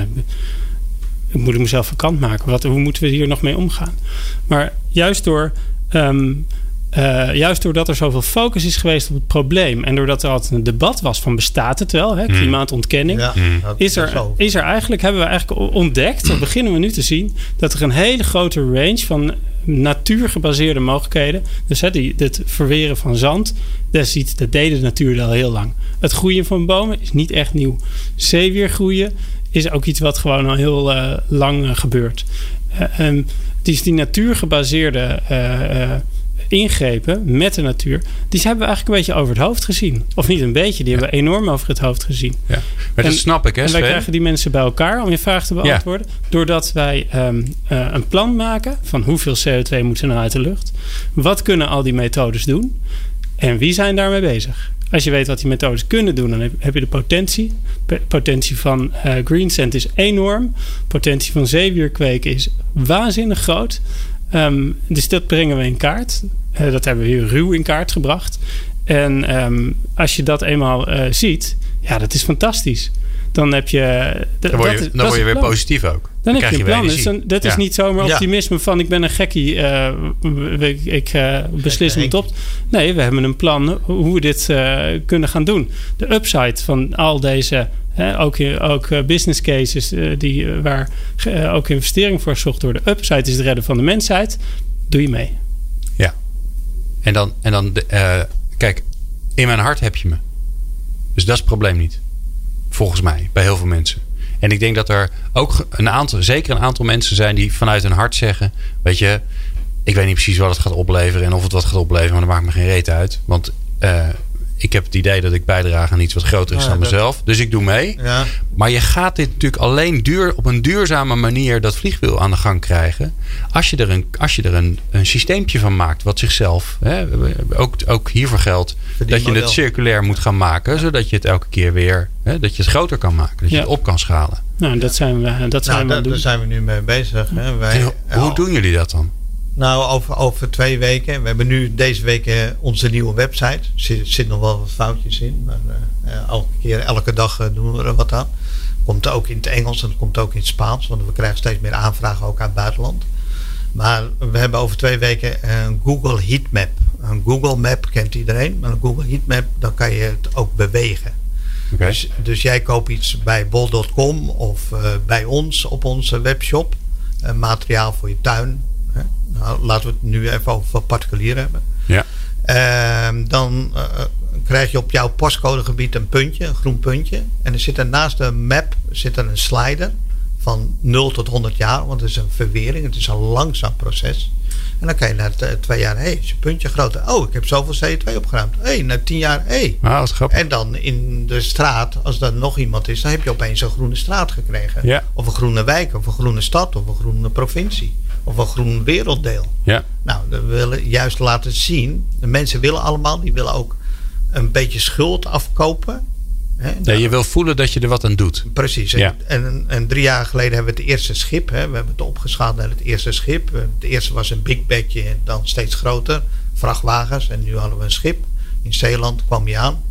moet ik mezelf van kant maken? Wat, hoe moeten we hier nog mee omgaan? Maar juist door... Um, Uh, juist doordat er zoveel focus is geweest op het probleem en doordat er altijd een debat was van bestaat het wel, hè, klimaatontkenning, ja, mm. is, er, is er eigenlijk, hebben we eigenlijk ontdekt, dat beginnen we nu te zien, dat er een hele grote range van natuurgebaseerde mogelijkheden, dus hè, die, het verweren van zand, dat, is iets, dat deed de natuur al heel lang. Het groeien van bomen is niet echt nieuw. Zeewier groeien is ook iets wat gewoon al heel uh, lang uh, gebeurt. Uh, um, die, die natuurgebaseerde uh, uh, ingrepen met de natuur, die hebben we eigenlijk een beetje over het hoofd gezien. Of niet een beetje, die ja. hebben we enorm over het hoofd gezien. Ja. Maar dat en, snap ik, hè, En wij krijgen die mensen bij elkaar om je vraag te beantwoorden. Ja. Doordat wij um, uh, een plan maken van hoeveel C O twee moet er nou uit de lucht. Wat kunnen al die methodes doen? En wie zijn daarmee bezig? Als je weet wat die methodes kunnen doen, dan heb, heb je de potentie. De potentie van uh, Greensand is enorm. Potentie van zeewier kweken is waanzinnig groot. Um, dus dat brengen we in kaart. Uh, dat hebben we hier ruw in kaart gebracht. En um, als je dat eenmaal uh, ziet, ja, dat is fantastisch. dan heb je... D- dan word je, dat, dan word je weer plan. positief ook. Dan, dan heb je een plan. Dus dan, dat ja. is niet zomaar optimisme ja. van ik ben een gekkie. Uh, ik ik uh, beslis me top. Nee, we hebben een plan hoe we dit uh, kunnen gaan doen. De upside van al deze... Hè, ook ook uh, business cases uh, die, uh, waar uh, ook investering voor gezocht worden. De upside is het redden van de mensheid. Doe je mee. Ja. En dan... En dan de, uh, kijk, in mijn hart heb je me. Dus dat is het probleem niet. Volgens mij, bij heel veel mensen. En ik denk dat er ook een aantal, zeker een aantal mensen zijn die vanuit hun hart zeggen, weet je, ik weet niet precies wat het gaat opleveren en of het wat gaat opleveren, maar dat maakt me geen reet uit. Want uh, ik heb het idee dat ik bijdraag aan iets wat groter is ja, dan dat... mezelf. Dus ik doe mee. Ja. Maar je gaat dit natuurlijk alleen duur, op een duurzame manier dat vliegwiel aan de gang krijgen. Als je er een, als je er een, een systeempje van maakt wat zichzelf, hè, ook, ook hiervoor geldt, dat je het circulair moet gaan maken. Ja. Zodat je het elke keer weer, hè, dat je het groter kan maken. Dat je ja. het op kan schalen. Nou, dat zijn we, dat zijn nou, we dat, doen. Daar zijn we nu mee bezig. Hè. Wij, hoe ja, doen jullie dat dan? Nou, over, over twee weken. We hebben nu deze week uh, onze nieuwe website. Er zit, zit nog wel wat foutjes in. Maar uh, elke keer, elke dag uh, doen we er wat aan. Komt ook in het Engels en het komt ook in het Spaans. Want we krijgen steeds meer aanvragen ook uit het buitenland. Maar we hebben over twee weken een Google Heatmap. Een Google Map kent iedereen. Maar een Google Heatmap, dan kan je het ook bewegen. Okay. Dus, dus jij koopt iets bij bol punt com of uh, bij ons op onze webshop. Uh, materiaal voor je tuin. Hè? Nou, laten we het nu even over particulier hebben. Ja. Uh, dan uh, krijg je op jouw postcodegebied een puntje, een groen puntje. En er zit er naast de map zit er een slider van nul tot honderd jaar. Want het is een verwering, het is een langzaam proces. En dan kan je na twee jaar, hé, hey, is je puntje groter. Oh, ik heb zoveel C O twee opgeruimd. Hé, hey, na tien jaar, hé. Hey. Ah, dat is grappig. En dan in de straat, als er nog iemand is, dan heb je opeens een groene straat gekregen. Ja. Of een groene wijk, of een groene stad, of een groene provincie. Of een groen werelddeel. Ja. Nou, we willen juist laten zien, de mensen willen allemaal, die willen ook een beetje schuld afkopen. Hè, ja, je wil voelen dat je er wat aan doet. Precies. Ja. En, en, en drie jaar geleden hebben we het eerste schip. Hè, we hebben het opgeschaald naar het eerste schip. Het eerste was een big bagje en dan steeds groter. Vrachtwagens. En nu hadden we een schip. In Zeeland kwam je aan.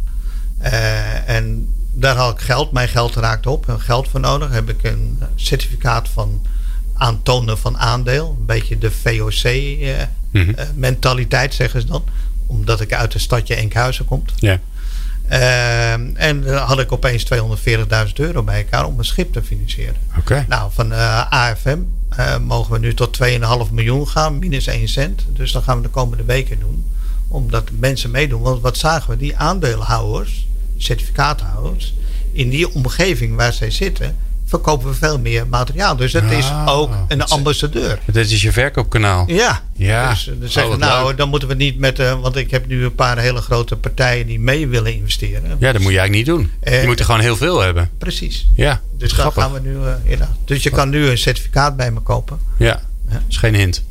Uh, en daar had ik geld. Mijn geld raakte op. En geld voor nodig. Heb ik een certificaat van aantonen van aandeel. Een beetje de V O C uh, mm-hmm. uh, mentaliteit zeggen ze dan. Omdat ik uit het stadje Enkhuizen kom. Ja. Uh, en dan had ik opeens tweehonderdveertigduizend euro bij elkaar om een schip te financieren. Okay. Nou, van uh, A F M uh, mogen we nu tot twee komma vijf miljoen gaan, minus één cent. Dus dat gaan we de komende weken doen. Omdat mensen meedoen. Want wat zagen we? Die aandeelhouders, certificaathouders, in die omgeving waar zij zitten, verkopen we veel meer materiaal. Dus dat ah, is ook een ambassadeur. Dit is je verkoopkanaal. Ja. ja. Dus dan zeggen oh, nou, leuk. Dan moeten we niet met... Uh, want ik heb nu een paar hele grote partijen die mee willen investeren. Ja, dat moet je eigenlijk niet doen. Uh, je moet er gewoon heel veel hebben. Precies. Ja, dus dat gaan we nu... Uh, ja. Dus je kan nu een certificaat bij me kopen. Ja, ja. Dat is geen hint.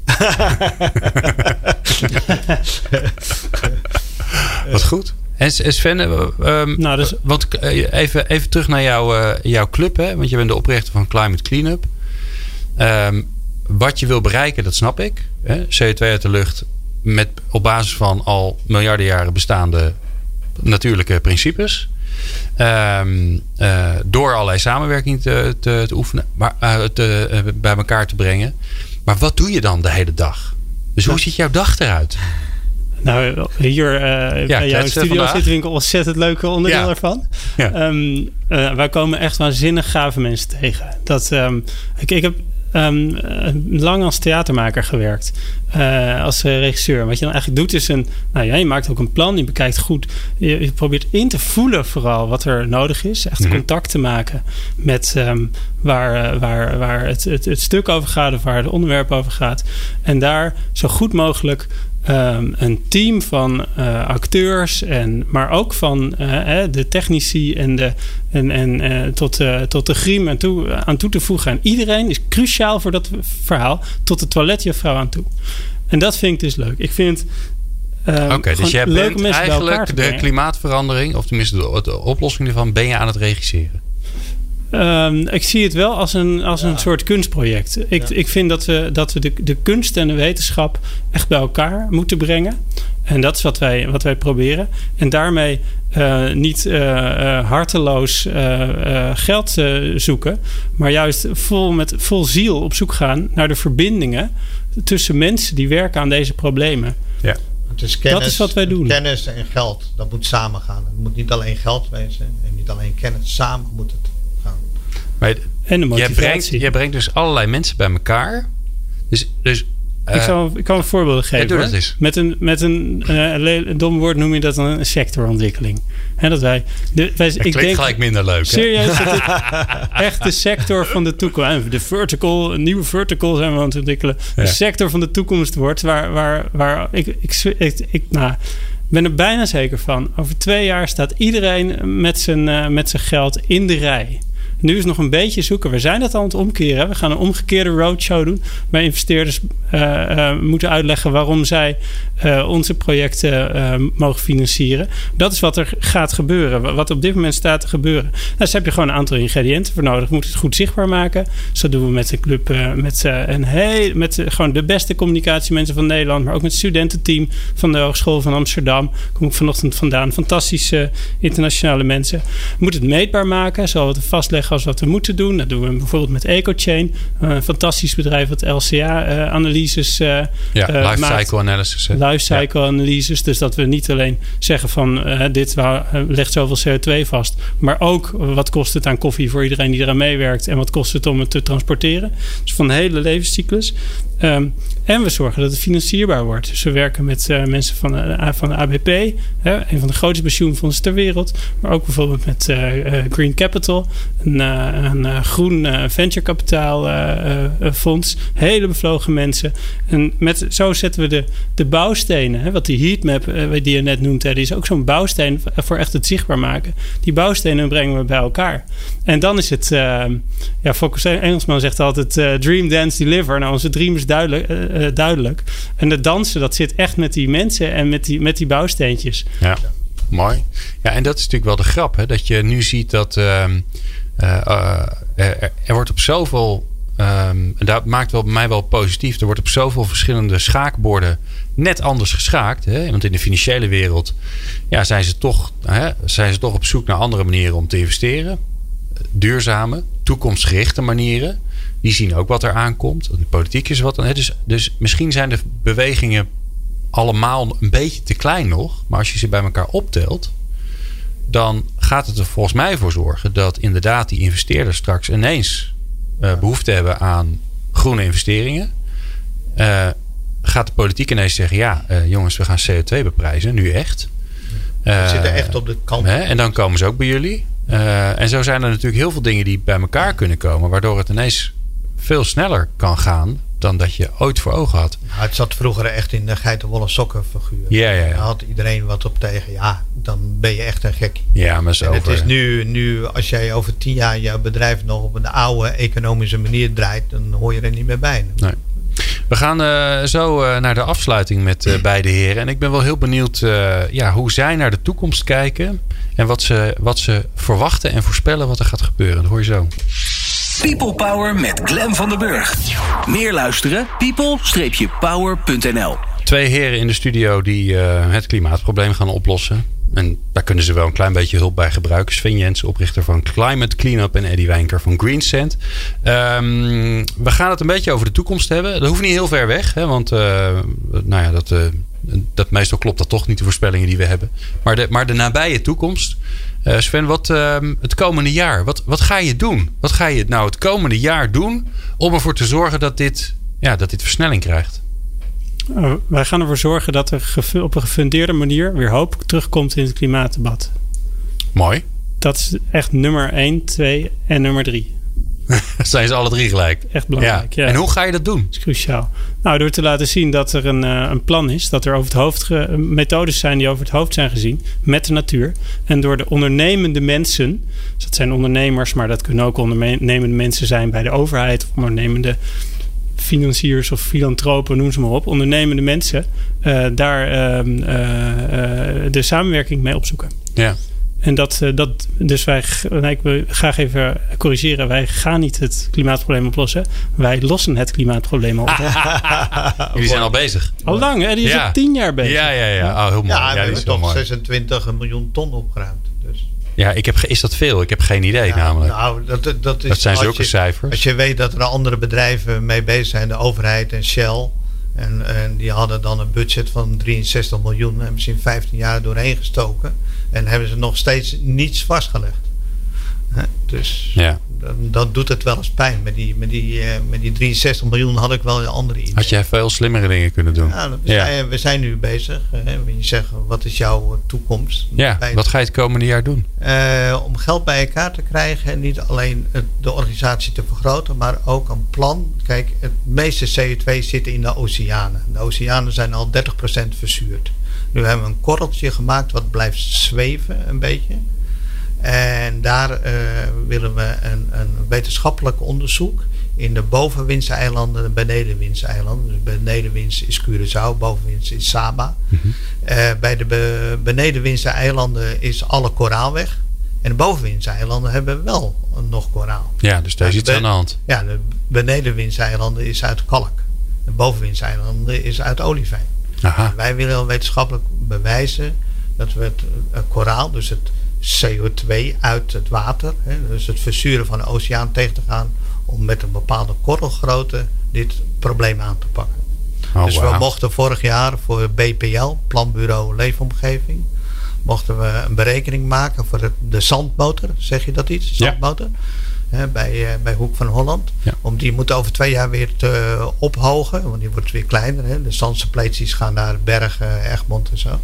Wat goed. En Sven, um, nou, dus, want even, even terug naar jou, uh, jouw club. Hè? Want je bent de oprichter van Climate Cleanup. Um, wat je wil bereiken, dat snap ik. Hè? C O twee uit de lucht met, op basis van al miljarden jaren bestaande natuurlijke principes. Um, uh, door allerlei samenwerking te, te, te oefenen. Maar, uh, te, uh, bij elkaar te brengen. Maar wat doe je dan de hele dag? Dus hoe ziet jouw dag eruit? Nou, hier uh, ja, bij jou in de studio zit een ontzettend leuke onderdeel ja. ervan. Ja. Um, uh, wij komen echt waanzinnig gave mensen tegen. Dat, um, ik, ik heb um, lang als theatermaker gewerkt. Uh, als regisseur. Wat je dan eigenlijk doet is een... Nou ja, je maakt ook een plan. Je bekijkt goed. Je, je probeert in te voelen vooral wat er nodig is. Echt mm-hmm. contact te maken met um, waar, waar, waar het, het, het stuk over gaat. Of waar het onderwerp over gaat. En daar zo goed mogelijk... Um, een team van uh, acteurs, en, maar ook van uh, de technici en, de, en, en uh, tot, uh, tot de griem aan toe, aan toe te voegen. En iedereen is cruciaal voor dat verhaal, tot de toiletjuffrouw aan toe. En dat vind ik dus leuk. Ik vind uh, Oké, okay, dus jij bent eigenlijk de klimaatverandering, of tenminste de, de oplossing ervan, ben je aan het regisseren? Um, ik zie het wel als een, als ja. een soort kunstproject. Ik, ja. ik vind dat we, dat we de, de kunst en de wetenschap echt bij elkaar moeten brengen. En dat is wat wij, wat wij proberen. En daarmee uh, niet uh, uh, harteloos uh, uh, geld uh, zoeken, maar juist vol, met, vol ziel op zoek gaan naar de verbindingen tussen mensen die werken aan deze problemen. Ja. Het is kennis, dat is wat wij doen. Kennis en geld, dat moet samen gaan. Het moet niet alleen geld wezen en niet alleen kennis. Samen moet het gaan. Maar en de motivatie. Jij brengt, jij brengt dus allerlei mensen bij elkaar. Dus, dus uh, ik, zal, ik kan een voorbeeld geven. Ja, doe dat eens. Met een, met een, uh, een dom woord noem je dat een sectorontwikkeling. He, dat wij, de, wij, dat ik klinkt denk, gelijk minder leuk. Serieus, dat dit echt de sector van de toekomst. De vertical, een nieuwe vertical zijn we aan het ontwikkelen. De ja. sector van de toekomst wordt waar, waar, waar ik, ik, ik, ik nou, ben er bijna zeker van. Over twee jaar staat iedereen met zijn, uh, met zijn geld in de rij. Nu is nog een beetje zoeken. We zijn dat aan het omkeren. We gaan een omgekeerde roadshow doen. Waar investeerders uh, uh, moeten uitleggen waarom zij uh, onze projecten uh, mogen financieren. Dat is wat er gaat gebeuren. Wat op dit moment staat te gebeuren. Nou, dus heb je gewoon een aantal ingrediënten voor nodig. Je moet het goed zichtbaar maken. Zo doen we met een club. Uh, met uh, een heel, met uh, gewoon de beste communicatiemensen van Nederland. Maar ook met het studententeam van de Hogeschool van Amsterdam. Kom ik vanochtend vandaan. Fantastische uh, internationale mensen. We moeten het meetbaar maken. Zo we het vastleggen als wat we moeten doen. Dat doen we bijvoorbeeld met EcoChain. Een fantastisch bedrijf dat L C A-analyses uh, ja, uh, life maakt. cycle analysis. Hè? Life cycle ja. analyses. Dus dat we niet alleen zeggen van uh, dit uh, legt zoveel C O twee vast. Maar ook uh, wat kost het aan koffie voor iedereen die eraan meewerkt. En wat kost het om het te transporteren. Dus van de hele levenscyclus. Um, en we zorgen dat het financierbaar wordt. Dus we werken met uh, mensen van, uh, van de A B P. Hè, een van de grootste pensioenfondsen ter wereld. Maar ook bijvoorbeeld met uh, uh, Green Capital. Een, uh, een uh, groen uh, venture kapitaal uh, uh, fonds. Hele bevlogen mensen. En met, zo zetten we de, de bouwstenen. Hè, wat die heatmap uh, die je net noemt. Hè, die is ook zo'n bouwsteen voor echt het zichtbaar maken. Die bouwstenen brengen we bij elkaar. En dan is het... Uh, ja, Focus Engelsman zegt altijd... Uh, dream, dance, deliver. Nou, onze dream is duidelijk, uh, duidelijk. En het dansen, dat zit echt met die mensen en met die, met die bouwsteentjes. Ja, mooi. Ja, en dat is natuurlijk wel de grap, hè? Dat je nu ziet dat uh, uh, uh, er, er wordt op zoveel... Um, en dat maakt wel bij mij wel positief. Er wordt op zoveel verschillende schaakborden net anders geschaakt. Hè? Want in de financiële wereld ja, zijn, ze toch, hè, zijn ze toch op zoek naar andere manieren om te investeren. Duurzame, toekomstgerichte manieren. Die zien ook wat er aankomt. De politiek is wat. Hè? Dus, dus misschien zijn de bewegingen allemaal een beetje te klein nog. Maar als je ze bij elkaar optelt, dan gaat het er volgens mij voor zorgen dat inderdaad die investeerders straks ineens uh, behoefte hebben aan groene investeringen. Uh, gaat de politiek ineens zeggen, ja uh, jongens, we gaan C O twee beprijzen, nu echt. Uh, we zitten uh, echt op de kant. Hè? En dan komen ze ook bij jullie. Uh, en zo zijn er natuurlijk heel veel dingen die bij elkaar kunnen komen, waardoor het ineens veel sneller kan gaan dan dat je ooit voor ogen had. Nou, het zat vroeger echt in de geitenwolle sokken figuur. Ja, ja, ja. Daar had iedereen wat op tegen. Ja, dan ben je echt een gekkie. Ja, maar zo. En het is nu, nu, als jij over tien jaar je bedrijf nog op een oude economische manier draait, dan hoor je er niet meer bij. Nee. We gaan uh, zo uh, naar de afsluiting met uh, beide heren. En ik ben wel heel benieuwd uh, ja, hoe zij naar de toekomst kijken. En wat ze, wat ze verwachten en voorspellen wat er gaat gebeuren. Dat hoor je zo. People Power met Glenn van der Burg. Meer luisteren? people power punt n l. Twee heren in de studio die uh, het klimaatprobleem gaan oplossen. En daar kunnen ze wel een klein beetje hulp bij gebruiken. Sven Jensen, oprichter van Climate Cleanup, en Eddie Wijnker van Greensand. Um, we gaan het een beetje over de toekomst hebben. Dat hoeft niet heel ver weg. Hè, want uh, nou ja, dat, uh, dat meestal klopt dat toch niet, de voorspellingen die we hebben. Maar de, maar de nabije toekomst. Uh, Sven, wat uh, het komende jaar? Wat, wat ga je doen? Wat ga je nou het komende jaar doen om ervoor te zorgen dat dit, ja, dat dit versnelling krijgt? Uh, wij gaan ervoor zorgen dat er gefu- op een gefundeerde manier weer hoop terugkomt in het klimaatdebat. Mooi. Dat is echt nummer één, twee en nummer drie. Zijn ze alle drie gelijk? Echt belangrijk, ja. Ja. En hoe ga je dat doen? Dat is cruciaal. Nou, door te laten zien dat er een, uh, een plan is. Dat er over het hoofd ge- methodes zijn die over het hoofd zijn gezien. Met de natuur. En door de ondernemende mensen. Dus dat zijn ondernemers, maar dat kunnen ook ondernemende mensen zijn bij de overheid. Of ondernemende financiers of filantropen, noem ze maar op. Ondernemende mensen. Uh, daar uh, uh, uh, de samenwerking mee opzoeken. Ja. En dat, dat dus wij, ik wil graag even corrigeren. Wij gaan niet het klimaatprobleem oplossen. Wij lossen het klimaatprobleem op. Jullie zijn al bezig. Al lang, hè? Die is ja. al tien jaar bezig. Ja, ja, ja. Oh, heel mooi. Ja, ja, we die hebben is toch toch zesentwintig miljoen ton opgeruimd. Dus. Ja, ik heb, is dat veel? Ik heb geen idee Ja, namelijk. Nou, dat, dat, is, dat zijn zulke je, cijfers. Als je weet dat er andere bedrijven mee bezig zijn. De overheid en Shell. En, en die hadden dan een budget van drieënzestig miljoen. En hebben ze in vijftien jaar doorheen gestoken. En hebben ze nog steeds niets vastgelegd. Dus ja. dat, dat doet het wel eens pijn. Met die, met, die, uh, met die drieënzestig miljoen had ik wel een andere idee. Had jij veel slimmere dingen kunnen doen? Ja, we, ja. zijn, we zijn nu bezig. Uh, je zegt, wat is jouw toekomst? Ja, bij wat ga je het komende jaar doen? Uh, om geld bij elkaar te krijgen. En niet alleen het, de organisatie te vergroten. Maar ook een plan. Kijk, het meeste C O twee zit in de oceanen. De oceanen zijn al dertig procent verzuurd. Nu hebben we een korreltje gemaakt wat blijft zweven een beetje. En daar uh, willen we een, een wetenschappelijk onderzoek in de bovenwindseilanden en benedenwindseilanden. Dus benedenwinds is Curaçao, bovenwinds is Saba. Mm-hmm. Uh, bij de be, benedenwindseilanden is alle koraal weg. En de bovenwindseilanden hebben wel nog koraal. Ja, dus daar is iets aan de hand. Ja, de benedenwindseilanden is uit kalk. De bovenwindseilanden is uit olifijn. Aha. Wij willen wetenschappelijk bewijzen dat we het uh, koraal, dus het C O twee uit het water, hè, dus het verzuren van de oceaan tegen te gaan, om met een bepaalde korrelgrootte dit probleem aan te pakken. Oh, dus wow. we mochten vorig jaar voor B P L, Planbureau Leefomgeving, mochten we een berekening maken voor het, de zandmotor, zeg je dat iets? Zandmotor. Ja. Hè, bij, uh, bij Hoek van Holland. Ja. Om die moet over twee jaar weer te uh, ophogen, want die wordt weer kleiner. Hè. De zandsuppleties gaan naar Bergen, Egmond en zo.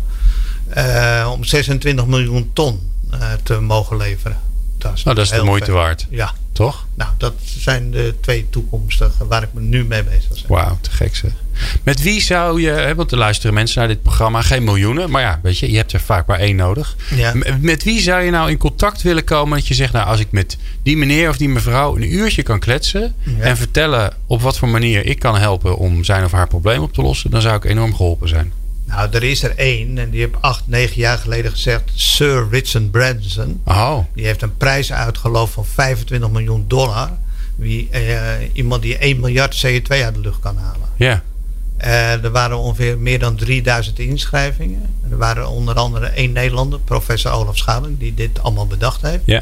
Uh, om zesentwintig miljoen ton uh, te mogen leveren. Dat is, nou, dat is de moeite veel. waard. Ja. Toch? Nou, dat zijn de twee toekomstige waar ik me nu mee bezig ben. Wauw, te gek zeg. Met wie zou je, hè, want er luisteren mensen naar dit programma, geen miljoenen, maar ja, weet je, je hebt er vaak maar één nodig. Ja. Met wie zou je nou in contact willen komen dat je zegt, nou, als ik met die meneer of die mevrouw een uurtje kan kletsen ja. en vertellen op wat voor manier ik kan helpen om zijn of haar probleem op te lossen, dan zou ik enorm geholpen zijn. Nou, er is er één en die heeft acht, negen jaar geleden gezegd, Sir Richard Branson. Oh. Die heeft een prijs uitgeloofd van vijfentwintig miljoen dollar. Wie, uh, iemand die één miljard C O twee uit de lucht kan halen. Ja. Uh, er waren ongeveer meer dan drieduizend inschrijvingen. Er waren onder andere één Nederlander, professor Olaf Schaling, die dit allemaal bedacht heeft. Ja.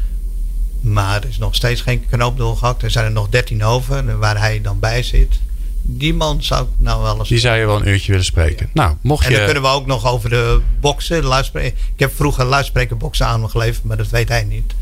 Maar er is nog steeds geen knoop doorgehakt. Er zijn er nog dertien over, waar hij dan bij zit. Die man zou ik nou wel eens... Die zou je wel een uurtje willen spreken. Ja. Nou, mocht en je... dan kunnen we ook nog over de boksen. Luidspreker. Ik heb vroeger luidsprekerboksen aan me geleverd, maar dat weet hij niet.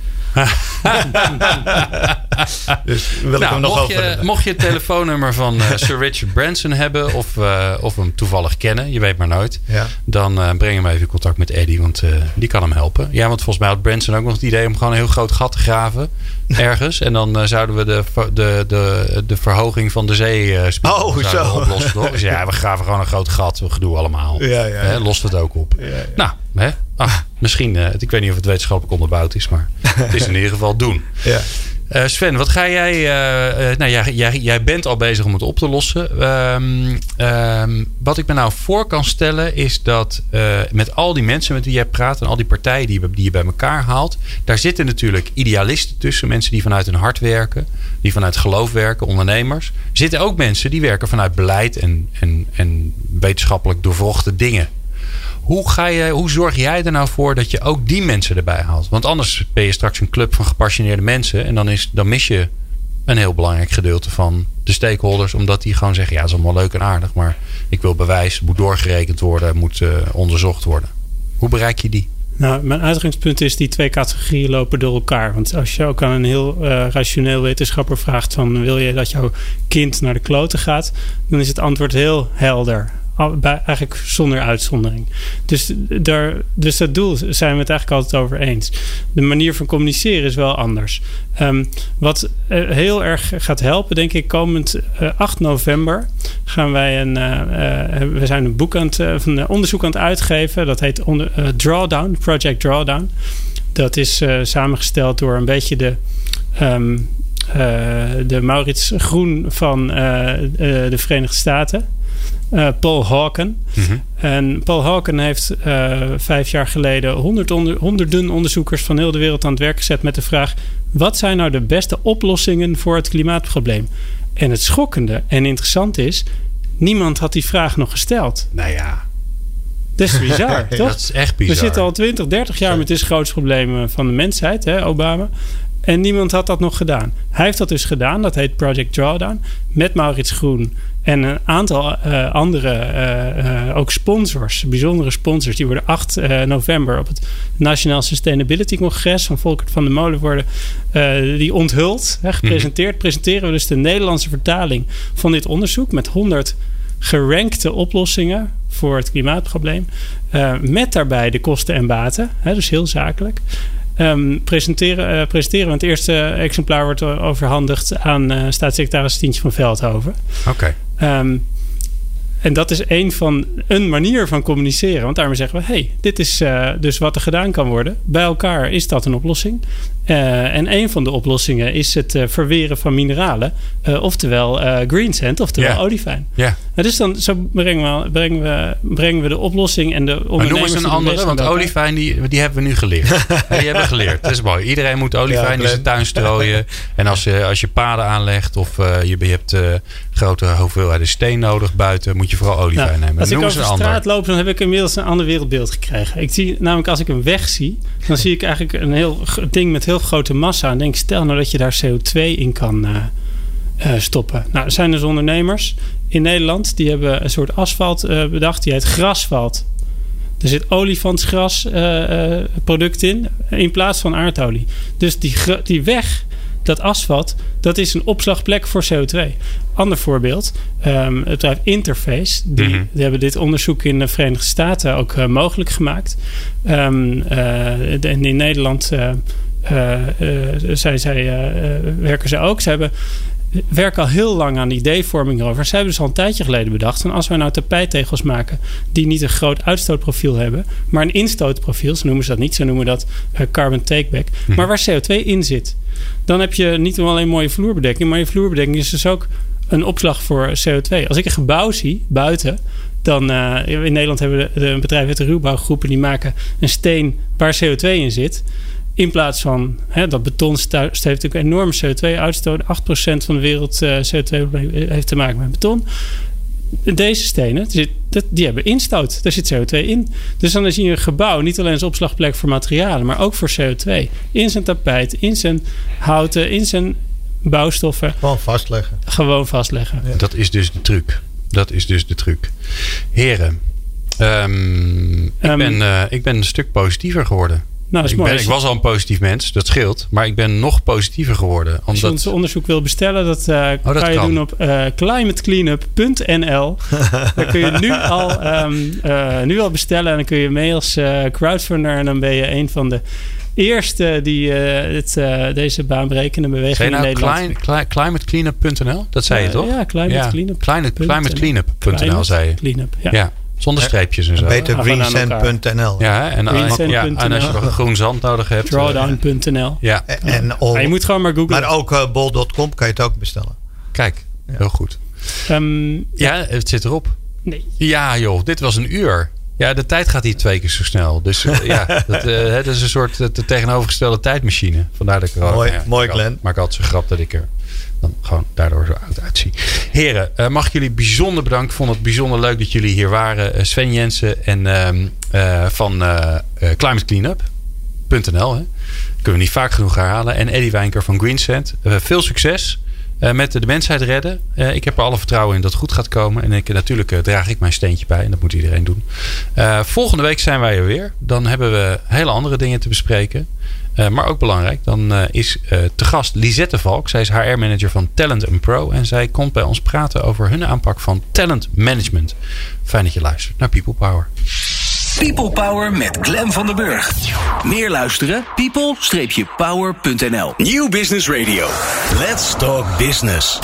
Dus wil nou, ik hem nog mocht, over je, mocht je het telefoonnummer van uh, Sir Richard Branson hebben of, uh, of hem toevallig kennen, je weet maar nooit, ja. dan uh, breng hem even in contact met Eddie, want uh, die kan hem helpen. Ja, want volgens mij had Branson ook nog het idee om gewoon een heel groot gat te graven ergens en dan uh, zouden we de, de, de, de verhoging van de zeespiegel oh, zo. oplossen, toch? Dus ja, we graven gewoon een groot gat, we gedoe allemaal. Ja, ja, ja. Uh, lost het ook op. Ja, ja. Nou, hè? Ach, misschien, uh, ik weet niet of het wetenschappelijk onderbouwd is, maar het is in ieder geval doen. Ja. Uh, Sven, wat ga jij, uh, uh, nou, jij, jij, jij bent al bezig om het op te lossen. Um, um, wat ik me nou voor kan stellen is dat uh, met al die mensen met wie jij praat en al die partijen die, die je bij elkaar haalt, daar zitten natuurlijk idealisten tussen. Mensen die vanuit hun hart werken, die vanuit geloof werken, ondernemers. Er zitten ook mensen die werken vanuit beleid en, en, en wetenschappelijk doorvrochte dingen. Hoe, ga je, hoe zorg jij er nou voor dat je ook die mensen erbij haalt? Want anders ben je straks een club van gepassioneerde mensen. En dan, is, dan mis je een heel belangrijk gedeelte van de stakeholders. Omdat die gewoon zeggen, ja, dat is allemaal leuk en aardig. Maar ik wil bewijs, het moet doorgerekend worden, moet uh, onderzocht worden. Hoe bereik je die? Nou, mijn uitgangspunt is die twee categorieën lopen door elkaar. Want als je ook aan een heel uh, rationeel wetenschapper vraagt van, wil je dat jouw kind naar de kloten gaat? Dan is het antwoord heel helder. Eigenlijk zonder uitzondering. Dus, daar, dus dat doel zijn we het eigenlijk altijd over eens. De manier van communiceren is wel anders. Um, wat uh, heel erg gaat helpen, denk ik, komend uh, acht november gaan wij een, uh, uh, we zijn een boek aan het, uh, een onderzoek aan het uitgeven. Dat heet onder, uh, Drawdown, Project Drawdown. Dat is uh, samengesteld door een beetje de um, uh, de Maurits Groen van uh, uh, de Verenigde Staten. Uh, Paul Hawken. Mm-hmm. En Paul Hawken heeft uh, vijf jaar geleden honderd onder, honderden onderzoekers van heel de wereld aan het werk gezet met de vraag: wat zijn nou de beste oplossingen voor het klimaatprobleem? En het schokkende en interessante is, niemand had die vraag nog gesteld. Nou ja. Dat is bizar, toch? Dat is echt bizar. We zitten al twintig, dertig jaar met dit grootste probleem van de mensheid, hè, Obama. En niemand had dat nog gedaan. Hij heeft dat dus gedaan. Dat heet Project Drawdown. Met Maurits Groen en een aantal uh, andere uh, uh, ook sponsors. Bijzondere sponsors. Die worden acht november op het Nationaal Sustainability Congres van Volkert van der Molen worden uh, die onthuld, hè, gepresenteerd. Mm. Presenteren we dus de Nederlandse vertaling van dit onderzoek met honderd gerankte oplossingen voor het klimaatprobleem. Uh, met daarbij de kosten en baten. Hè, dus heel zakelijk. Um, presenteren, uh, presenteren we het eerste exemplaar wordt overhandigd aan uh, staatssecretaris Stientje van Veldhoven. Oké. Okay. Um, en dat is een van een manier van communiceren. Want daarmee zeggen we, hey, dit is uh, dus wat er gedaan kan worden. Bij elkaar is dat een oplossing. Uh, en een van de oplossingen is het uh, verweren van mineralen. Uh, oftewel uh, green sand, oftewel yeah. oliefijn. Yeah. Uh, dus dan zo brengen we, brengen, we, brengen we de oplossing en de ondernemers... Maar noem eens een andere, want olifijn die, die hebben we nu geleerd. Die hebben we geleerd, dat is mooi. Iedereen moet olifijn ja, in zijn tuin strooien. En als je, als je paden aanlegt of uh, je, je hebt uh, grote hoeveelheden steen nodig buiten, moet je vooral olifijn nou, nemen. Als noem ik over de straat loop, dan heb ik inmiddels een ander wereldbeeld gekregen. Ik zie namelijk als ik een weg zie, dan zie ik eigenlijk een heel ding met heel grote massa. En denk, stel nou dat je daar C O twee in kan uh, uh, stoppen. Nou, er zijn dus ondernemers in Nederland die hebben een soort asfalt uh, bedacht. Die heet grasfalt. Er zit olifantsgras uh, uh, product in, in plaats van aardolie. Dus die, die weg, dat asfalt, dat is een opslagplek voor C O twee. Ander voorbeeld, um, het bedrijf Interface. Die, mm-hmm. die hebben dit onderzoek in de Verenigde Staten ook uh, mogelijk gemaakt. Um, uh, en in Nederland uh, uh, uh, zij, zij, uh, werken ze ook. Ze hebben werken al heel lang aan ideevorming over. Ze hebben dus al een tijdje geleden bedacht. En als wij nou tapijttegels maken die niet een groot uitstootprofiel hebben, maar een instootprofiel, zo noemen ze dat niet, zo noemen we dat uh, carbon takeback, hm. maar waar C O twee in zit, dan heb je niet alleen mooie vloerbedekking, maar je vloerbedekking is dus ook een opslag voor C O twee. Als ik een gebouw zie buiten, dan uh, in Nederland hebben we de, de bedrijven uit de ruwbouwgroepen die maken een steen waar C O twee in zit. In plaats van hè, dat beton heeft natuurlijk een enorme C O twee uitstoot. acht procent van de wereld uh, C O twee heeft te maken met beton. Deze stenen, die hebben instoot. Daar zit C O twee in. Dus dan zie je een gebouw niet alleen als opslagplek voor materialen, maar ook voor C O twee. In zijn tapijt, in zijn houten, in zijn bouwstoffen. Gewoon vastleggen. Gewoon vastleggen. Ja. Dat is dus de truc. Dat is dus de truc. Heren, um, ik, um, ben, uh, ik ben een stuk positiever geworden. Nou, ik, ben, ik was al een positief mens, dat scheelt. Maar ik ben nog positiever geworden. Omdat... Als je ons onderzoek wil bestellen, dat, uh, oh, dat kan je kan. doen op uh, climate cleanup punt n l. Daar kun je nu al, um, uh, nu al bestellen. En dan kun je mee als uh, crowdfunder. En dan ben je een van de eerste die uh, het, uh, deze baanbrekende beweging nou in Nederland... Klein, klein, climate cleanup punt n l? Dat zei uh, je toch? Ja, climate cleanup. Ja, climate cleanup punt n l zei je. Cleanup, ja. ja. Zonder streepjes en zo. Beter greensand punt n l. Ja, en, ja, en als je nog groen zand nodig hebt. drawdown punt n l. Ja. En, en all, maar je moet gewoon maar googlen. Maar ook uh, bol punt com kan je het ook bestellen. Kijk, ja. Heel goed. Um, ja, ja, het zit erop. Nee. Ja joh, dit was een uur. Ja, de tijd gaat hier twee keer zo snel. Dus uh, ja, dat, uh, het is een soort uh, de tegenovergestelde tijdmachine. Vandaar dat ik er Mooi, ja, mooi ik Glenn. Maar ik had zo'n grap dat ik er dan gewoon daardoor zo oud uitzie. Heren, uh, mag ik jullie bijzonder bedanken. Ik vond het bijzonder leuk dat jullie hier waren. Uh, Sven Jensen en uh, uh, van uh, uh, climate cleanup punt n l. Hè. Kunnen we niet vaak genoeg herhalen. En Eddie Wijnker van Greensand. Uh, veel succes. Uh, met de mensheid redden. Uh, ik heb er alle vertrouwen in dat het goed gaat komen. En ik, natuurlijk uh, draag ik mijn steentje bij. En dat moet iedereen doen. Uh, volgende week zijn wij er weer. Dan hebben we hele andere dingen te bespreken. Uh, maar ook belangrijk. Dan uh, is uh, te gast Lisette Valk. Zij is H R-manager van Talent and Pro. En zij komt bij ons praten over hun aanpak van talent management. Fijn dat je luistert naar People Power. People Power met Glenn van den Burg. Meer luisteren? people power punt n l. New Business Radio. Let's talk business.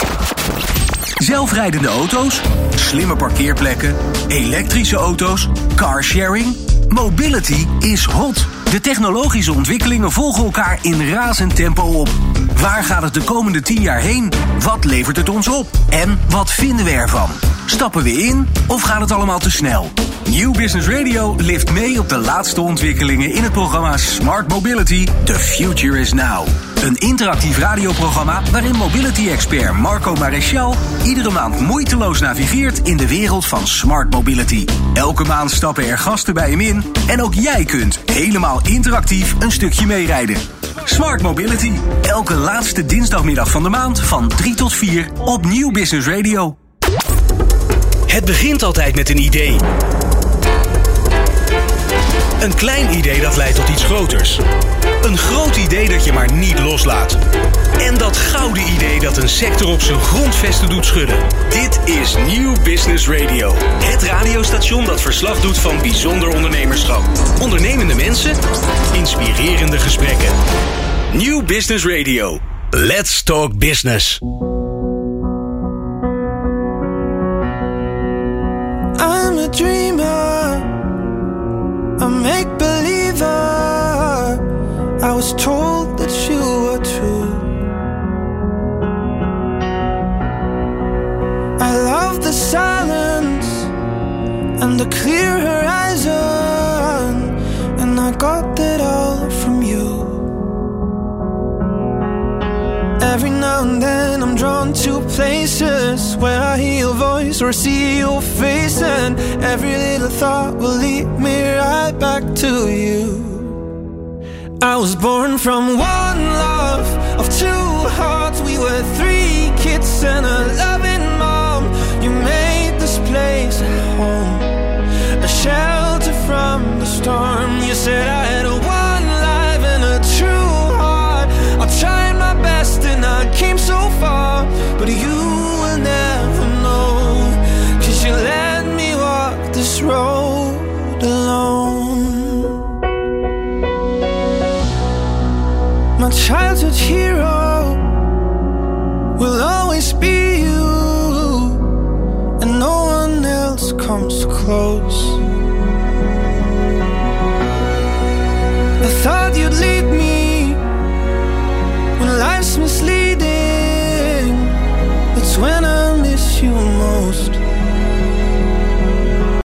Zelfrijdende auto's, slimme parkeerplekken, elektrische auto's, carsharing. Mobility is hot. De technologische ontwikkelingen volgen elkaar in razend tempo op. Waar gaat het de komende tien jaar heen? Wat levert het ons op? En wat vinden we ervan? Stappen we in of gaat het allemaal te snel? Nieuw Business Radio lift mee op de laatste ontwikkelingen in het programma Smart Mobility. The Future is Now. Een interactief radioprogramma waarin mobility-expert Marco Maréchal iedere maand moeiteloos navigeert in de wereld van smart mobility. Elke maand stappen er gasten bij hem in en ook jij kunt helemaal interactief een stukje meerijden. Smart Mobility. Elke laatste dinsdagmiddag van de maand van drie tot vier op Nieuw Business Radio. Het begint altijd met een idee. Een klein idee dat leidt tot iets groters. Een groot idee dat je maar niet loslaat. En dat gouden idee dat een sector op zijn grondvesten doet schudden. Dit is Nieuw Business Radio. Het radiostation dat verslag doet van bijzonder ondernemerschap. Ondernemende mensen, inspirerende gesprekken. Nieuw Business Radio. Let's talk business. I'm a dreamer, a make-believer. I was told that you were true. I love the silence and the clear horizon, and I got that all from you. Every now and then I'm drawn to places where I hear your voice or see your face, and every little thought will lead me right back to you. I was born from one love of two hearts. We were three kids and a loving mom. You made this place a home, a shelter from the storm. You said I had a one life and a true heart. I tried my best and I came so far, but you will never know, 'cause you let me walk this road alone. My childhood hero will always be you, and no one else comes close. I thought you'd lead me when life's misleading. It's when I miss you most.